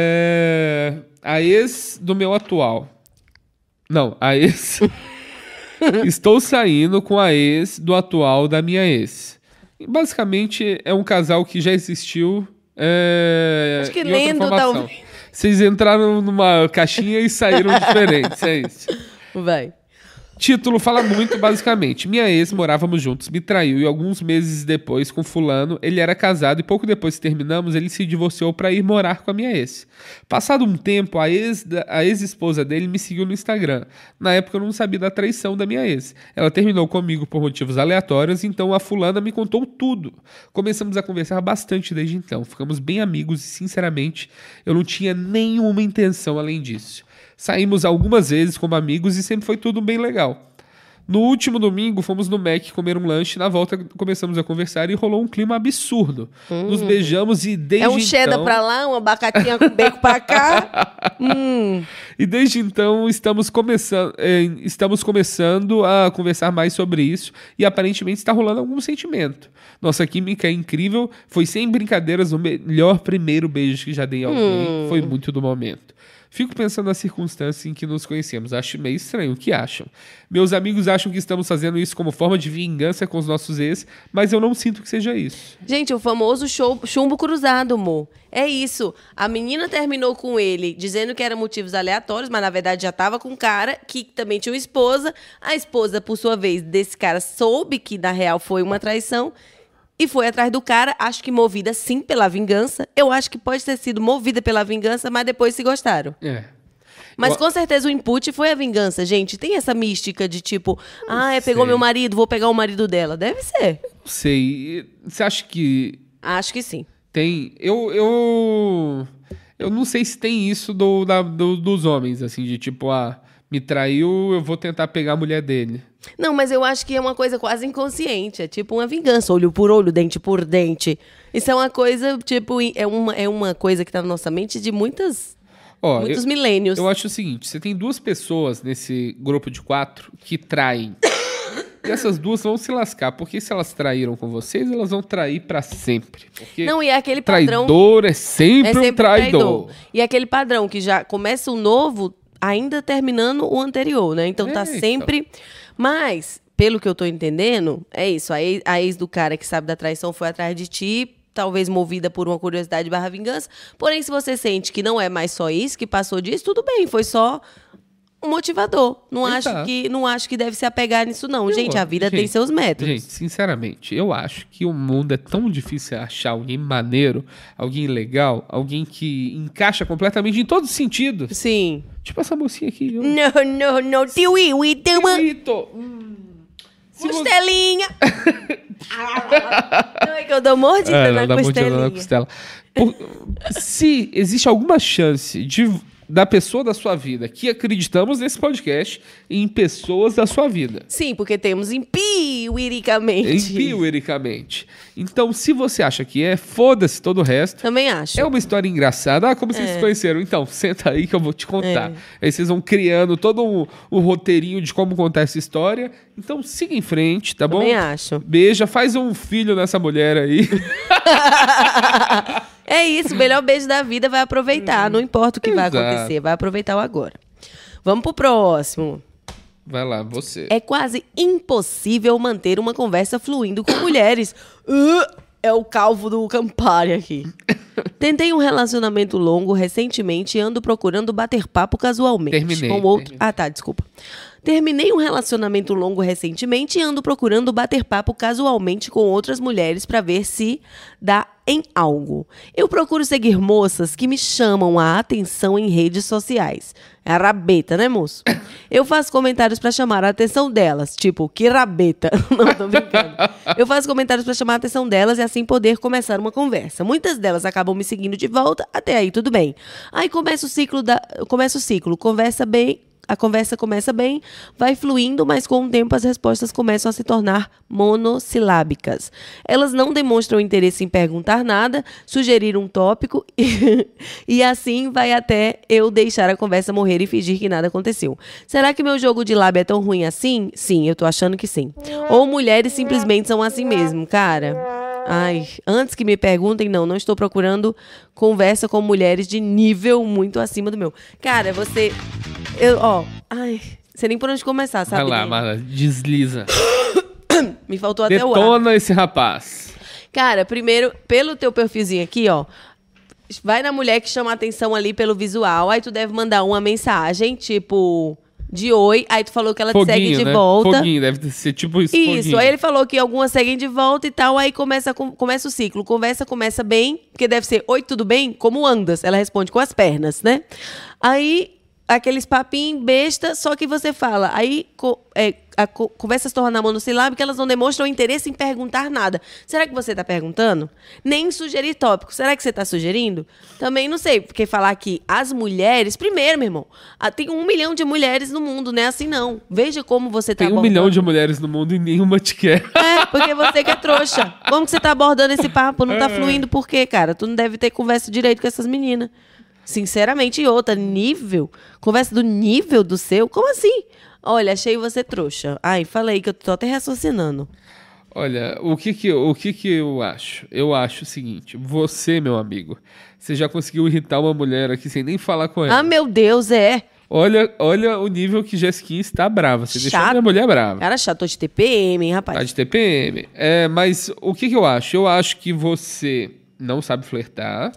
É... A ex do meu atual. Não, a ex... Estou saindo com a ex do atual da minha ex. Basicamente, é um casal que já existiu. É... Acho que em outra lendo, formação. talvez. Vocês entraram numa caixinha e saíram diferentes, é isso. Vai. Título fala muito, basicamente. Minha ex, morávamos juntos, me traiu e alguns meses depois, com fulano, ele era casado e pouco depois que terminamos, ele se divorciou para ir morar com a minha ex. Passado um tempo, a ex da- a ex-esposa dele me seguiu no Instagram. Na época eu não sabia da traição da minha ex. Ela terminou comigo por motivos aleatórios, então a fulana me contou tudo. Começamos a conversar bastante desde então. Ficamos bem amigos e, sinceramente, eu não tinha nenhuma intenção além disso. Saímos algumas vezes como amigos e sempre foi tudo bem legal. No último domingo, fomos no Mac comer um lanche. Na volta, começamos a conversar e rolou um clima absurdo. Nos beijamos e desde É um cheddar então... pra lá, um abacatinha com bacon pra cá. Hum. E desde então, estamos começando, eh, estamos começando a conversar mais sobre isso e aparentemente está rolando algum sentimento. Nossa química é incrível. Foi sem brincadeiras o melhor primeiro beijo que já dei a alguém. Foi muito do momento. Fico pensando na circunstância em que nos conhecemos. Acho meio estranho. O que acham? Meus amigos acham que estamos fazendo isso como forma de vingança com os nossos ex, mas eu não sinto que seja isso. Gente, o famoso show- chumbo cruzado, amor. É isso. A menina terminou com ele dizendo que eram motivos aleatórios, mas na verdade já tava com um cara que também tinha uma esposa. A esposa, por sua vez, desse cara soube que na real foi uma traição e foi atrás do cara, acho que movida sim pela vingança. Eu acho que pode ter sido movida pela vingança, mas depois se gostaram. É. Mas Eu- com certeza o input foi a vingança, gente. Tem essa mística de tipo, ah, é, pegou sei. meu marido, vou pegar o marido dela. Deve ser. Não sei. Você acha que Acho que sim. tem... Eu... Eu, eu não sei se tem isso do, da- do- dos homens, assim, de tipo, ah, me traiu, eu vou tentar pegar a mulher dele. Não, mas eu acho que é uma coisa quase inconsciente. É tipo uma vingança, olho por olho, dente por dente. Isso é uma coisa, tipo, é uma, é uma coisa que tá na nossa mente de muitas, Ó, muitos eu, milênios. eu acho o seguinte, você tem duas pessoas nesse grupo de quatro que traem. E essas duas vão se lascar, porque se elas traíram com vocês, elas vão trair pra sempre. Porque Não, e é aquele padrão... traidor é sempre, é sempre um traidor. E aquele padrão que já começa o novo, ainda terminando o anterior, né? Então tá É, então. sempre... Mas, pelo que eu tô entendendo, é isso. A ex, a ex do cara que sabe da traição foi atrás de ti, talvez movida por uma curiosidade barra vingança. Porém, se você sente que não é mais só isso, que passou disso, tudo bem. Foi só um motivador. Não, acho Exato. que, não acho que deve se apegar nisso, não. Eu- gente, a vida tem gente, seus métodos. Gente, sinceramente, eu acho que o mundo é tão difícil achar alguém maneiro, alguém legal, alguém que encaixa completamente em todos os sentidos. Sim. Tipo essa mocinha aqui. Eu... Não, não, não. Tio Iwi, tem uma Bonito. Hum. Se você- costelinha. Não, é que eu dou mordida É, na não, dá mordida costelinha. na costela. Por- se existe alguma chance de, da pessoa da sua vida, que acreditamos nesse podcast, em pessoas da sua vida. Sim, porque temos empiricamente. Empiricamente. Então, se você acha que é, foda-se todo o resto. Também acho. É uma história engraçada. Ah, como vocês É. se conheceram? Então, senta aí que eu vou te contar. É. Aí vocês vão criando todo um, um roteirinho de como contar essa história. Então, siga em frente, tá bom? Também acho. Beija, faz um filho nessa mulher aí. É isso, o melhor beijo da vida vai aproveitar. Não importa o que vai Exato. acontecer, vai aproveitar o agora. Vamos pro próximo. Vai lá, você. É quase impossível manter uma conversa fluindo com mulheres. Uh, é o calvo do Campari aqui. Tentei um relacionamento longo recentemente e ando procurando bater papo casualmente. Terminei, Com outro... terminei. Ah, tá, desculpa. Terminei um relacionamento longo recentemente e ando procurando bater papo casualmente com outras mulheres pra ver se dá em algo. Eu procuro seguir moças que me chamam a atenção em redes sociais. É a rabeta, né, moço? Eu faço comentários pra chamar a atenção delas, tipo, que rabeta. Não, tô brincando. Eu faço comentários pra chamar a atenção delas e assim poder começar uma conversa. Muitas delas acabam me seguindo de volta, até aí tudo bem. Aí começa o ciclo da, começa o ciclo, conversa bem, a conversa começa bem, vai fluindo, mas com o tempo as respostas começam a se tornar monossilábicas. Elas não demonstram interesse em perguntar nada, sugerir um tópico e, e assim vai até eu deixar a conversa morrer e fingir que nada aconteceu. Será que meu jogo de lábio é tão ruim assim? Sim, eu tô achando que sim. Ou mulheres simplesmente são assim mesmo, cara. Ai, antes que me perguntem, não, não estou procurando conversa com mulheres de nível muito acima do meu. Cara, você... Eu, ó, ai, sei nem por onde começar, sabe? Vai lá, Mara, desliza. Me faltou até o ar. Detona esse rapaz. Cara, primeiro, pelo teu perfilzinho aqui, ó, vai na mulher que chama a atenção ali pelo visual, aí tu deve mandar uma mensagem, tipo... de oi, aí tu falou que ela Foguinho, te segue de né? volta. Foguinho, deve ser tipo isso. Isso, foguinho. aí ele falou que algumas seguem de volta e tal, aí começa, com- começa o ciclo. Conversa começa bem, porque deve ser, oi, tudo bem? Como andas? Ela responde com as pernas, né? Aí, aqueles papinhos besta, só que você fala. Aí, co- é, a co- conversa se torna monossilábica, elas não demonstram interesse em perguntar nada. Será que você está perguntando? Nem sugerir tópico. Será que você está sugerindo? Também não sei, porque falar que as mulheres... Primeiro, meu irmão, ah, tem um milhão de mulheres no mundo, não é assim não. Veja como você está Tem um milhão de mulheres no mundo e nenhuma te quer. É, porque você que é trouxa. Como que você tá abordando esse papo? Não tá fluindo por quê, cara? Tu não deve ter conversa direito com essas meninas. Sinceramente, e outra, nível? Conversa do nível do seu? Como assim? Olha, achei você trouxa. Ai, falei que eu tô até raciocinando. Olha, o que que, o que que eu acho? Eu acho o seguinte, você, meu amigo, você já conseguiu irritar uma mulher aqui sem nem falar com ela. Ah, meu Deus, é. Olha, olha o nível que Jessiquinha está brava. Você deixou a Chato. minha mulher brava. Cara chato, tô de T P M, hein, rapaz? Tá de T P M. É, mas o que que eu acho? Eu acho que você não sabe flertar.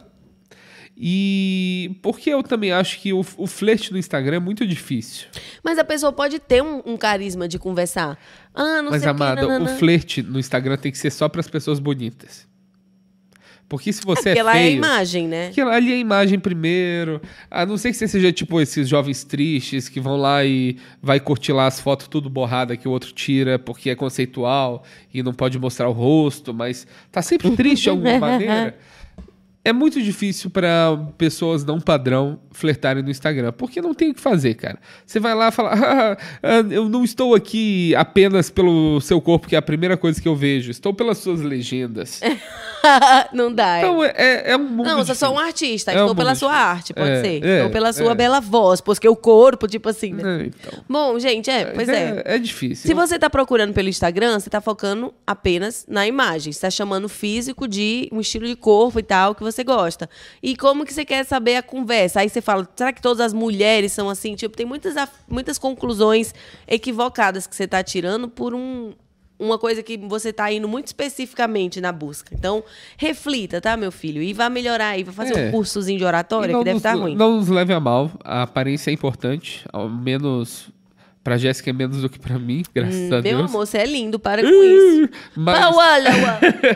E porque eu também acho que o, o flerte no Instagram é muito difícil. Mas a pessoa pode ter um, um carisma de conversar. Ah, não Mas, sei o que, amada, o nananã. flerte no Instagram tem que ser só para as pessoas bonitas. Porque se você é, Porque lá é a feio... imagem, né? Que ali é a imagem primeiro. A não ser que você seja tipo esses jovens tristes que vão lá e vai curtir lá as fotos tudo borrada que o outro tira porque é conceitual e não pode mostrar o rosto, mas tá sempre triste de alguma maneira. É muito difícil para pessoas não padrão flertarem no Instagram, porque não tem o que fazer, cara. Você vai lá e fala, ah, ah, eu não estou aqui apenas pelo seu corpo, que é a primeira coisa que eu vejo. Estou pelas suas legendas. Não dá, é. Então, é, é um mundo Não, você é só um difícil. artista. É Estou um pela mundo sua difícil. arte, pode É, ser. é, Estou pela sua é. bela voz, porque o corpo, tipo assim, né? É, então. Bom, gente, é, pois é. É, é difícil. Se você tá procurando pelo Instagram, você tá focando apenas na imagem. Você tá chamando o físico de um estilo de corpo e tal que você gosta. E como que você quer saber a conversa? Aí você fala, será que todas as mulheres são assim? Tipo, tem muitas, af- muitas conclusões equivocadas que você tá tirando por um... uma coisa que você tá indo muito especificamente na busca. Então, reflita, tá, meu filho? E vá melhorar aí, vai fazer É. um cursozinho de E oratória não que deve nos- estar ruim. Não nos leve a mal. A aparência é importante. Ao menos... Pra Jéssica é menos do que pra mim, graças Hum, a meu Deus. amor, você é lindo, para com isso. Mas... Pauala, uá.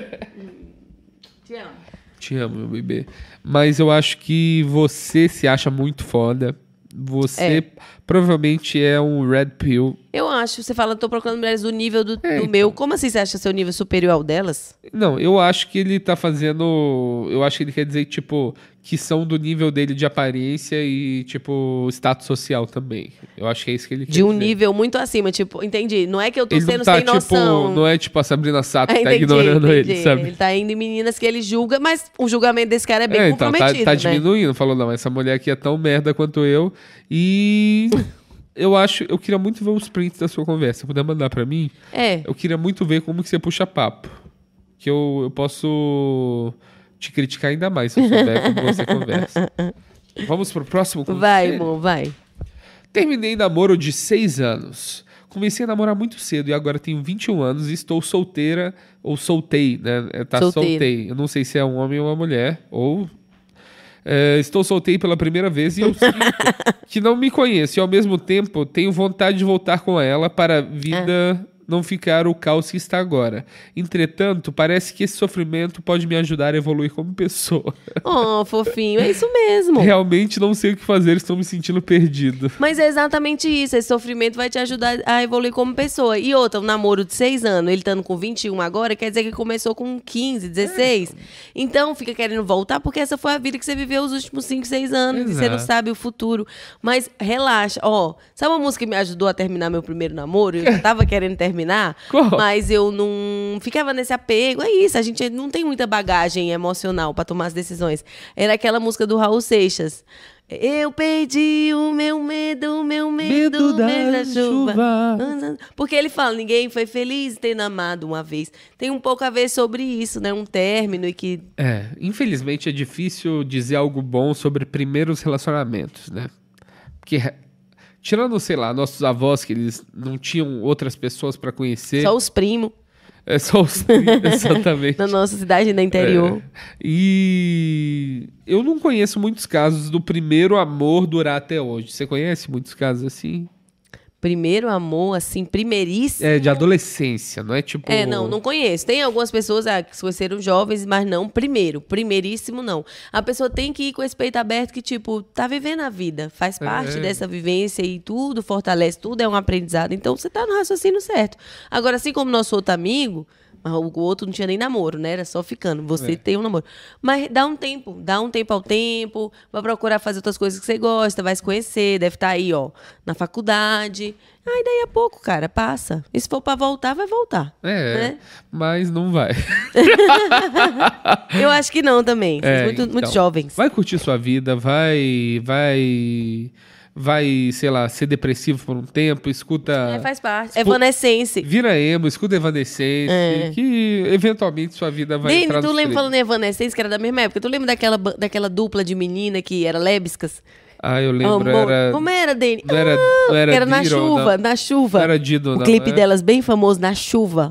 Te amo. Te amo, meu bebê. Mas eu acho que você se acha muito foda. Você É. provavelmente é um red pill. Eu acho. Você fala, tô procurando mulheres do nível do, É, do então. meu. Como assim você acha seu nível superior ao delas? Não, eu acho que ele tá fazendo... Eu acho que ele quer dizer, tipo, que são do nível dele de aparência e, tipo, status social também. Eu acho que é isso que ele quer De um dizer. nível muito acima, tipo, entendi. Não é que eu tô Ele sendo não tá, sem noção. tipo... Não é, tipo, a Sabrina Sato que Ah, tá entendi, ignorando entendi. ele, sabe? Ele tá indo em meninas que ele julga, mas o julgamento desse cara é bem É, então, tá, comprometido, tá né? diminuindo. Falou, não, essa mulher aqui é tão merda quanto eu. E... eu acho... Eu queria muito ver os prints da sua conversa. Se puder mandar pra mim... É. Eu queria muito ver como que você puxa papo. Que eu, eu posso te criticar ainda mais se eu souber como você conversa. Vamos pro próximo conselho? Vai, amor, vai. Terminei namoro de seis anos. Comecei a namorar muito cedo e agora tenho vinte e um anos e estou solteira, ou soltei, né? É, Tá Solteira. soltei. Eu não sei se é um homem ou uma mulher, ou... é, estou soltei pela primeira vez e eu sinto que não me conheço e ao mesmo tempo tenho vontade de voltar com ela para a vida não ficar o caos que está agora. Entretanto, parece que esse sofrimento pode me ajudar a evoluir como pessoa. Oh, fofinho, é isso mesmo. Realmente não sei o que fazer, estou me sentindo perdido. Mas é exatamente isso, esse sofrimento vai te ajudar a evoluir como pessoa. E outra, um namoro de seis anos, ele estando com vinte e um agora, quer dizer que começou com quinze, dezesseis. É. Então, fica querendo voltar, porque essa foi a vida que você viveu os últimos cinco, seis anos, Exato. E você não sabe o futuro. Mas relaxa, ó, sabe uma música que me ajudou a terminar meu primeiro namoro? Eu já tava querendo terminar. Terminar, mas eu não ficava nesse apego. É isso, a gente não tem muita bagagem emocional para tomar as decisões. Era aquela música do Raul Seixas. Eu perdi o meu medo, o meu medo, medo da, da chuva. chuva. Porque ele fala, ninguém foi feliz tendo amado uma vez. Tem um pouco a ver sobre isso, né? Um término e que... É, infelizmente é difícil dizer algo bom sobre primeiros relacionamentos, né? Porque... Tirando, sei lá, nossos avós, que eles não tinham outras pessoas para conhecer. Só os primos. É, só os primos, exatamente. Na nossa cidade, no interior. É. E eu não conheço muitos casos do primeiro amor durar até hoje. Você conhece muitos casos assim? Primeiro amor, assim, primeiríssimo. É, de adolescência, não é tipo... É, não, não conheço. Tem algumas pessoas ah, que se conheceram jovens, mas não primeiro. Primeiríssimo, não. A pessoa tem que ir com esse peito aberto que, tipo, tá vivendo a vida. Faz parte é. dessa vivência e tudo fortalece, tudo é um aprendizado. Então, você tá no raciocínio certo. Agora, assim como nosso outro amigo... O outro não tinha nem namoro, né? Era só ficando. Você é. tem um namoro. Mas dá um tempo. Dá um tempo ao tempo. Vai procurar fazer outras coisas que você gosta. Vai se conhecer. Deve estar aí, ó, na faculdade. Aí daí a pouco, cara, passa. E se for pra voltar, vai voltar. É, né? Mas não vai. Eu acho que não também. Vocês É, muito, então, muito jovens. Vai curtir sua vida. Vai... Vai... Vai, sei lá, ser depressivo por um tempo, escuta... É, faz parte. Evanescence. Vira emo, escuta Evanescence, é. que eventualmente sua vida vai Dani, entrar tu no lembra, falando em Evanescence, que era da mesma época, tu lembra daquela, daquela dupla de menina que era lésbicas? Ah, eu lembro, Amor. era... Como era, Dani? Não era, ah, não era, era na Dido, chuva, não. na chuva. Não era Dido, o não. O clipe é? delas bem famoso, Na Chuva.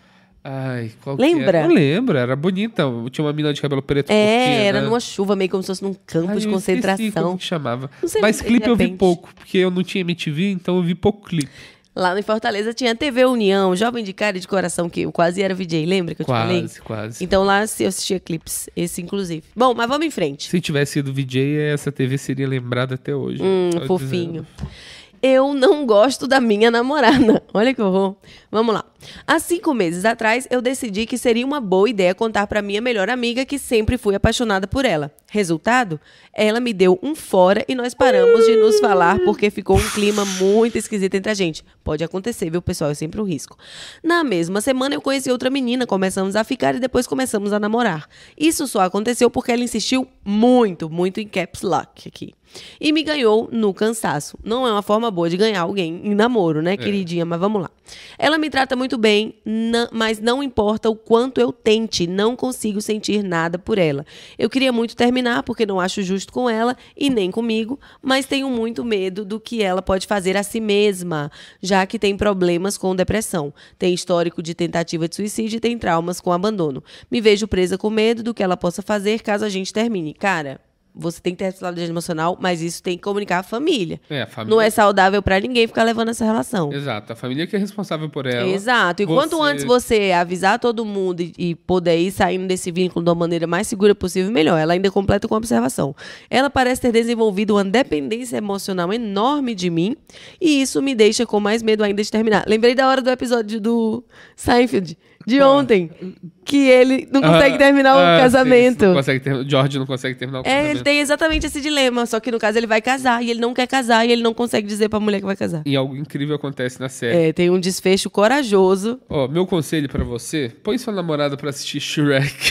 Ai, qual Lembra? Que era? Eu lembro, era bonita. Tinha uma menina de cabelo preto. É, curtinha, era né? numa chuva, meio como se fosse num campo Ai, de eu concentração. Como que chamava. Não sei, Mas de clipe eu vi repente. pouco, porque eu não tinha M T V, então eu vi pouco clipe. Lá em Fortaleza tinha a T V União, Jovem de Cara e de Coração, que eu quase era V J, lembra que eu te falei? Quase, quase. Então lá eu assistia clipes, esse inclusive. Bom, mas vamos em frente. Se tivesse sido V J, essa T V seria lembrada até hoje. Hum, Só fofinho. dizendo. Eu não gosto da minha namorada. Olha que horror. Vamos lá. Há cinco meses atrás, eu decidi que seria uma boa ideia contar para minha melhor amiga que sempre fui apaixonada por ela. Resultado? Ela me deu um fora e nós paramos de nos falar porque ficou um clima muito esquisito entre a gente. Pode acontecer, viu, pessoal? É sempre um risco. Na mesma semana, eu conheci outra menina, começamos a ficar e depois começamos a namorar. Isso só aconteceu porque ela insistiu muito, muito em caps lock aqui. E me ganhou no cansaço. Não é uma forma boa de ganhar alguém em namoro, né, queridinha? É. Mas vamos lá. Ela me trata muito bem, mas não importa o quanto eu tente, não consigo sentir nada por ela. Eu queria muito terminar, porque não acho justo com ela e nem comigo, mas tenho muito medo do que ela pode fazer a si mesma, já que tem problemas com depressão, tem histórico de tentativa de suicídio e tem traumas com abandono. Me vejo presa com medo do que ela possa fazer caso a gente termine. Cara... Você tem que ter responsabilidade emocional, mas isso tem que comunicar à família. É, a família. Não é saudável pra ninguém ficar levando essa relação. Exato, a família que é responsável por ela. Exato. E você... quanto antes você avisar todo mundo e, e poder ir saindo desse vínculo de uma maneira mais segura possível, melhor. Ela ainda completa com observação. Ela parece ter desenvolvido uma dependência emocional enorme de mim e isso me deixa com mais medo ainda de terminar. Lembrei da hora do episódio do Seinfeld. De ontem, que ele não consegue ah, terminar o ah, casamento. Sim, não consegue ter... George não consegue terminar o é, casamento. Ele tem exatamente esse dilema, só que no caso ele vai casar e ele não quer casar e ele não consegue dizer pra mulher que vai casar. E algo incrível acontece na série. É, tem um desfecho corajoso. Ó, meu conselho pra você, põe sua namorada pra assistir Shrek.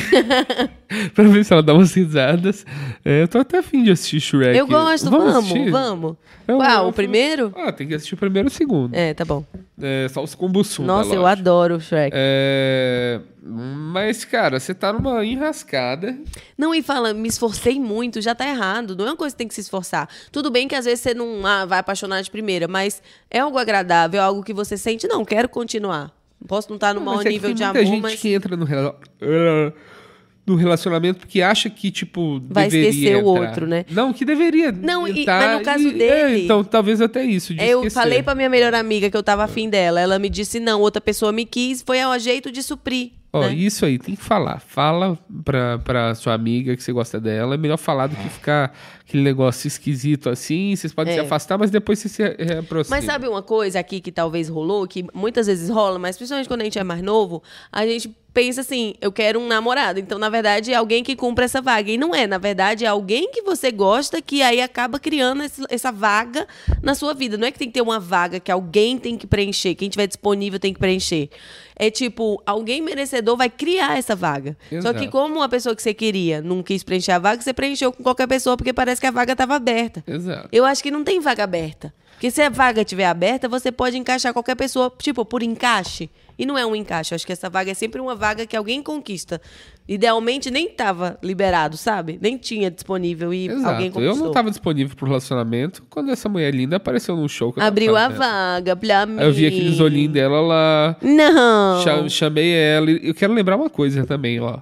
Pra ver se ela dá umas risadas. É, eu tô até afim de assistir Shrek. Eu gosto, vamos, vamos. vamos. Eu, Qual, eu, o primeiro? Ah, tem que assistir o primeiro e o segundo. É, tá bom. É, só os combussum. Nossa, eu adoro o Shrek. É... Mas, cara, você tá numa enrascada. Não, e fala, me esforcei muito, já tá errado. Não é uma coisa que tem que se esforçar. Tudo bem que às vezes você não ah, vai apaixonar de primeira, mas é algo agradável, é algo que você sente, não, quero continuar. Posso não estar no Não, maior mas é nível que de tem amor, muita gente mas... que entra no relacionamento... do relacionamento porque acha que, tipo, vai deveria esquecer entrar. o outro, né? Não, que deveria Não, e- entrar mas no caso e- dele- é, então, talvez até isso, de Eu esquecer. falei pra minha melhor amiga que eu tava afim dela. Ela me disse não, outra pessoa me quis. Foi ao jeito de suprir. Ó, né? isso aí, tem que falar. Fala pra, pra sua amiga que você gosta dela. É melhor falar do que ficar aquele negócio esquisito assim. Vocês podem É. se afastar, mas depois você se reaproxima. Mas sabe uma coisa aqui que talvez rolou, que muitas vezes rola, mas principalmente quando a gente é mais novo, a gente pensa assim, eu quero um namorado. Então, na verdade, é alguém que cumpra essa vaga. E não é, na verdade, é alguém que você gosta que aí acaba criando esse- essa vaga na sua vida. Não é que tem que ter uma vaga que alguém tem que preencher, quem tiver disponível tem que preencher. É tipo, alguém merecedor vai criar essa vaga. Só Exato. que como uma pessoa que você queria não quis preencher a vaga, você preencheu com qualquer pessoa porque parece que a vaga estava aberta. Exato. Eu acho que não tem vaga aberta. Porque se a vaga estiver aberta, você pode encaixar qualquer pessoa, tipo, por encaixe. E não é um encaixe. Eu acho que essa vaga é sempre uma vaga que alguém conquista. Idealmente, nem estava liberado, sabe? Nem tinha disponível e Exato. alguém Eu conquistou. não estava disponível pro relacionamento quando essa mulher linda apareceu num show que eu tava Abriu a fazendo. vaga pra mim. Aí eu vi aqueles olhinhos dela lá. Não. Cha- Chamei ela. E eu quero lembrar uma coisa também, ó.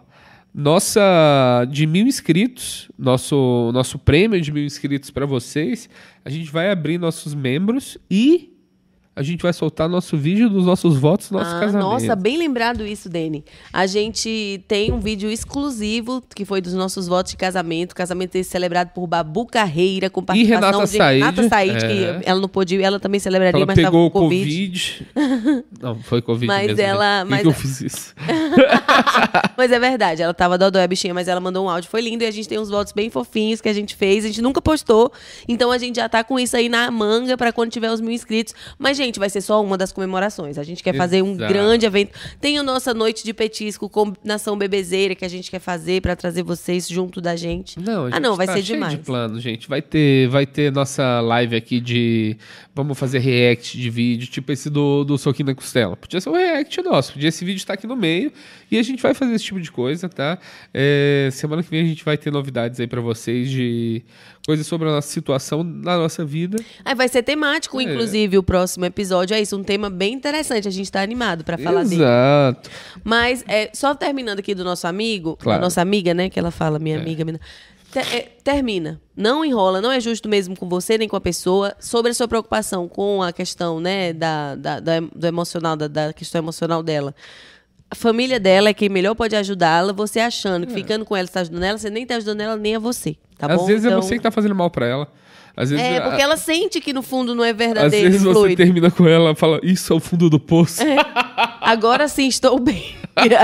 Nossa, de mil inscritos, nosso, nosso prêmio de mil inscritos para vocês, a gente vai abrir nossos membros e a gente vai soltar nosso vídeo dos nossos votos, nosso Ah, casamento. nossa, bem lembrado isso, Dani. A gente tem um vídeo exclusivo que foi dos nossos votos de casamento. Casamento esse celebrado por Babu Carreira, com participação Renata de Said, Renata Said, é. que ela não pôde ir, ela também celebraria, Ela mas estava pegou com o Covid. Covid. Não, foi Covid Mas mesmo. ela- né? Por que mas- que eu fiz isso? Mas é verdade, ela tava dodói a bichinha, mas ela mandou um áudio, foi lindo. E a gente tem uns votos bem fofinhos que a gente fez. A gente nunca postou, então a gente já tá com isso aí na manga pra quando tiver os mil inscritos. Mas, gente, vai ser só uma das comemorações. A gente quer fazer um Exato. grande evento. Tem a nossa noite de petisco com Nação Bebezeira que a gente quer fazer pra trazer vocês junto da gente. Não, a ah, gente não, vai tá ser cheio demais. de plano, gente. Vai ter, vai ter nossa live aqui de... Vamos fazer react de vídeo, tipo esse do, do Soquinho na Costela. Podia ser um react nosso. Podia esse vídeo estar aqui no meio. E a gente vai fazer esse tipo de coisa, tá? É, semana que vem a gente vai ter novidades aí pra vocês de coisas sobre a nossa situação na nossa vida. Aí vai ser temático, É. inclusive, o próximo episódio. É isso, um tema bem interessante. A gente tá animado pra falar dele. Exato. Mas, é, só terminando aqui do nosso amigo, Claro. da nossa amiga, né? Que ela fala, minha amiga. Minha... Te- é, termina. Não enrola, não é justo mesmo com você nem com a pessoa. Sobre a sua preocupação com a questão, né, da, da, da- do emocional, da, da questão emocional dela. A família dela é quem melhor pode ajudá-la. Você achando que ficando com ela você tá ajudando ela, você nem tá ajudando ela, nem a você. Tá Às bom? vezes Então- é você que tá fazendo mal pra ela. Às vezes, É, a- porque ela sente que no fundo não é às verdadeiro, vezes você fluido. termina com ela e fala, isso é o fundo do poço. Agora sim estou bem.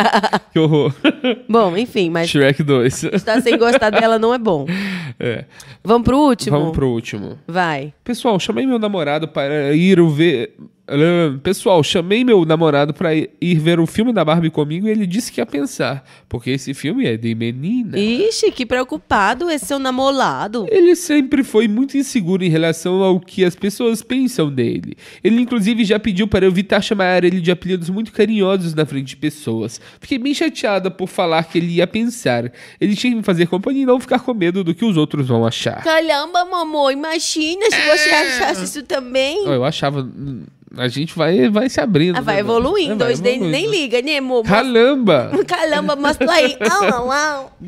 Que horror. Bom, enfim, mas Shrek dois. estar sem gostar dela não é bom. É. Vamos pro último? Vamos pro último. Vai. Pessoal, chamei meu namorado para ir ver. Ah, Pessoal, chamei meu namorado para ir ver o filme da Barbie comigo e ele disse que ia pensar, porque esse filme é de menina. Ixi, que preocupado esse seu namorado. Ele sempre foi muito inseguro em relação ao que as pessoas pensam dele. Ele, inclusive, já pediu para eu evitar chamar ele de apelidos muito carinhosos na frente de pessoas. Fiquei bem chateada por falar que ele ia pensar. Ele tinha que me fazer companhia e não ficar com medo do que os outros vão achar. Caramba, mamô, imagina se você achasse isso também. Eu achava... hum, A gente vai, vai se abrindo. Ah, vai né, mano? evoluindo. É, vai Dois dedos nem evoluindo. liga, né, amor? Caramba! Caramba, mostra aí. Au, au, au.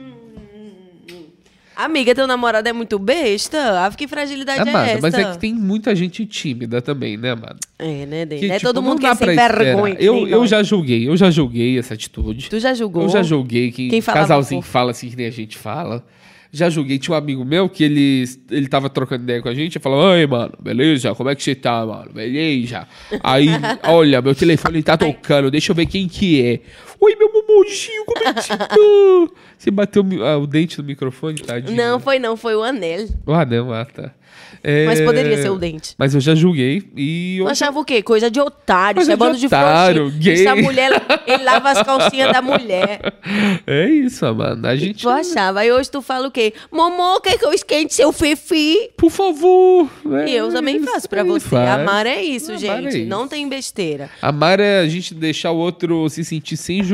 Amiga, teu namorado é muito besta? Ah, que fragilidade Amada, é essa? mas é que tem muita gente tímida também, né, amada? É, né, Dê? Que, Não é tipo, todo mundo que não é dá sem pra esperar. vergonha. que Eu, nem eu nós. já julguei, eu já julguei essa atitude. Tu já julgou? Eu já julguei que Quem falava casalzinho fofo? fala assim que nem a gente fala. Já julguei, tinha um amigo meu que ele, ele tava trocando ideia com a gente e falou: Oi, mano, beleza? Como é que você tá, mano? Beleza? Aí, olha, meu telefone tá tocando, deixa eu ver quem que é. Oi, meu mamozinho, como é que você tá? Você bateu o mi- ah, o dente no microfone, tadinho. Não, foi não, foi o anel. Ah, não, ah, tá. É, Mas poderia ser o dente. Mas eu já julguei e... Tu eu achava o quê? Coisa de otário, Coisa isso é bando de de otário, frouxinho. gay. Essa mulher, ele lava as calcinhas da mulher. É isso, mano. A gente... Tu achava. Aí hoje tu fala o quê? Momô, quer que eu esquente seu fifi? Por favor. É E eu também isso, faço pra é, você. faz. Amar é isso, Amar gente. é isso. Não tem besteira. Amar é a gente deixar o outro se sentir sem julgamento.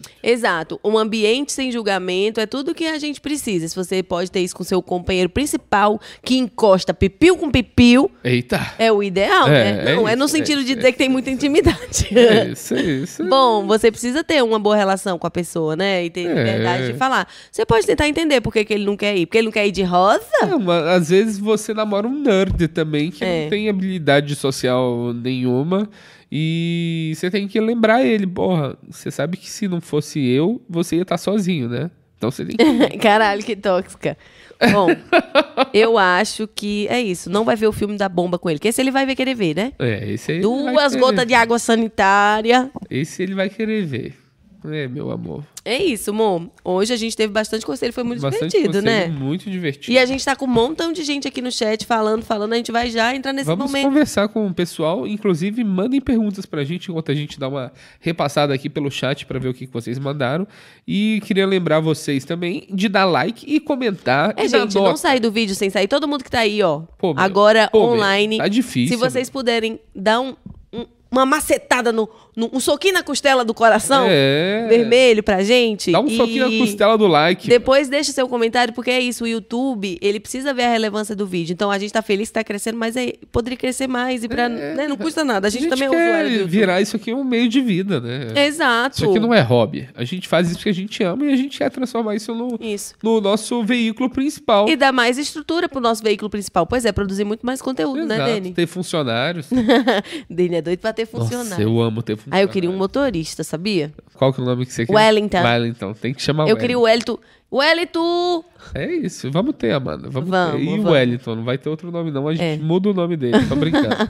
Exato. Um ambiente sem julgamento é tudo que a gente precisa. Se você pode ter isso com seu companheiro principal, que encosta pipiu com pipiu, Eita. é o ideal, É, né? é Não, é isso, no sentido é de isso, dizer é que tem muita intimidade. É isso, é isso. Bom, você precisa ter uma boa relação com a pessoa, né? E ter É. liberdade de falar. Você pode tentar entender por que, que ele não quer ir. Porque ele não quer ir de rosa? Não, mas às vezes você namora um nerd também que É. não tem habilidade social nenhuma e você tem que lembrar ele, porra, você sabe que se não fosse eu, você ia estar sozinho, né? Então você tem que... Caralho, que tóxica. Bom, eu acho que é isso. Não vai ver o filme da bomba com ele. Que esse ele vai ver querer ver, né? É, esse aí ele vai Duas querer- gotas de água sanitária. Esse ele vai querer ver. É, meu amor. É isso, amor. Hoje a gente teve bastante conselho, foi muito Bastante divertido, conselho, né? muito divertido. E a gente tá com um montão de gente aqui no chat falando, falando. A gente vai já entrar nesse Vamos momento. conversar com o pessoal, inclusive mandem perguntas pra gente enquanto a gente dá uma repassada aqui pelo chat pra ver o que que vocês mandaram. E queria lembrar vocês também de dar like e comentar. É, e dar gente, nota. não sair do vídeo sem sair. Todo mundo que tá aí, ó, Pô, meu, agora pô, meu, online. tá difícil, Se vocês puderem dar um, um- uma macetada, no, no- um soquinho na costela do coração É. vermelho pra gente. Dá um e soquinho na costela do like. Depois deixa seu comentário, porque é isso. O YouTube, ele precisa ver a relevância do vídeo. Então a gente tá feliz que tá crescendo, mas é, poderia crescer mais. E pra, né, não custa nada. A gente, também é quer usuário do YouTube. virar isso aqui um meio de vida, né? Exato. Isso aqui não é hobby. A gente faz isso porque a gente ama e a gente quer transformar isso no, Isso. no nosso veículo principal. E dar mais estrutura pro nosso veículo principal. Pois é, produzir muito mais conteúdo, né, Exato, Dani? ter funcionários. Dani é doido pra ter funcionário. Nossa, eu amo ter funcionários. Ah, eu queria um motorista, sabia? Qual que é o nome que você quer? Wellington. Wellington. Tem que chamar Eu queria o Wellington. Wellington! É isso. Vamos ter, Amanda. Vamos, Vamos, ter. E o vamos. Wellington. Não vai ter outro nome, não. A gente É. muda o nome dele. Tô brincando.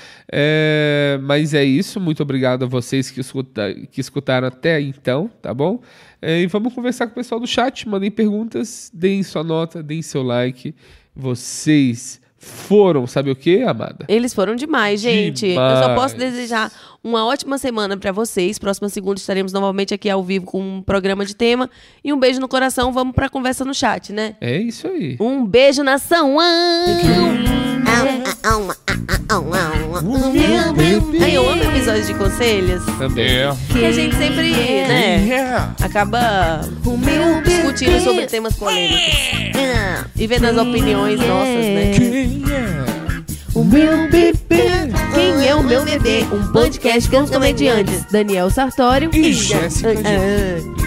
É, mas é isso. Muito obrigado a vocês que, escuta, que escutaram até então, tá bom? É, e vamos conversar com o pessoal do chat. Mandem perguntas. Deem sua nota. Deem seu like. Vocês foram, sabe o que, Amada? Eles foram demais, gente. Eu só Demais. posso desejar uma ótima semana pra vocês. Próxima segunda estaremos novamente aqui ao vivo com um programa de tema. E um beijo no coração. Vamos pra conversa no chat, né? É isso aí. Um beijo, nação! Ai, eu amo episódios de conselhos. Também. Que a gente sempre, né, acaba discutindo sobre temas polêmicos. E vendo as opiniões nossas, né? O meu bebê. Quem é o meu bebê? Um podcast com os comediantes Daniel Sartório E Jéssica Ah, ah.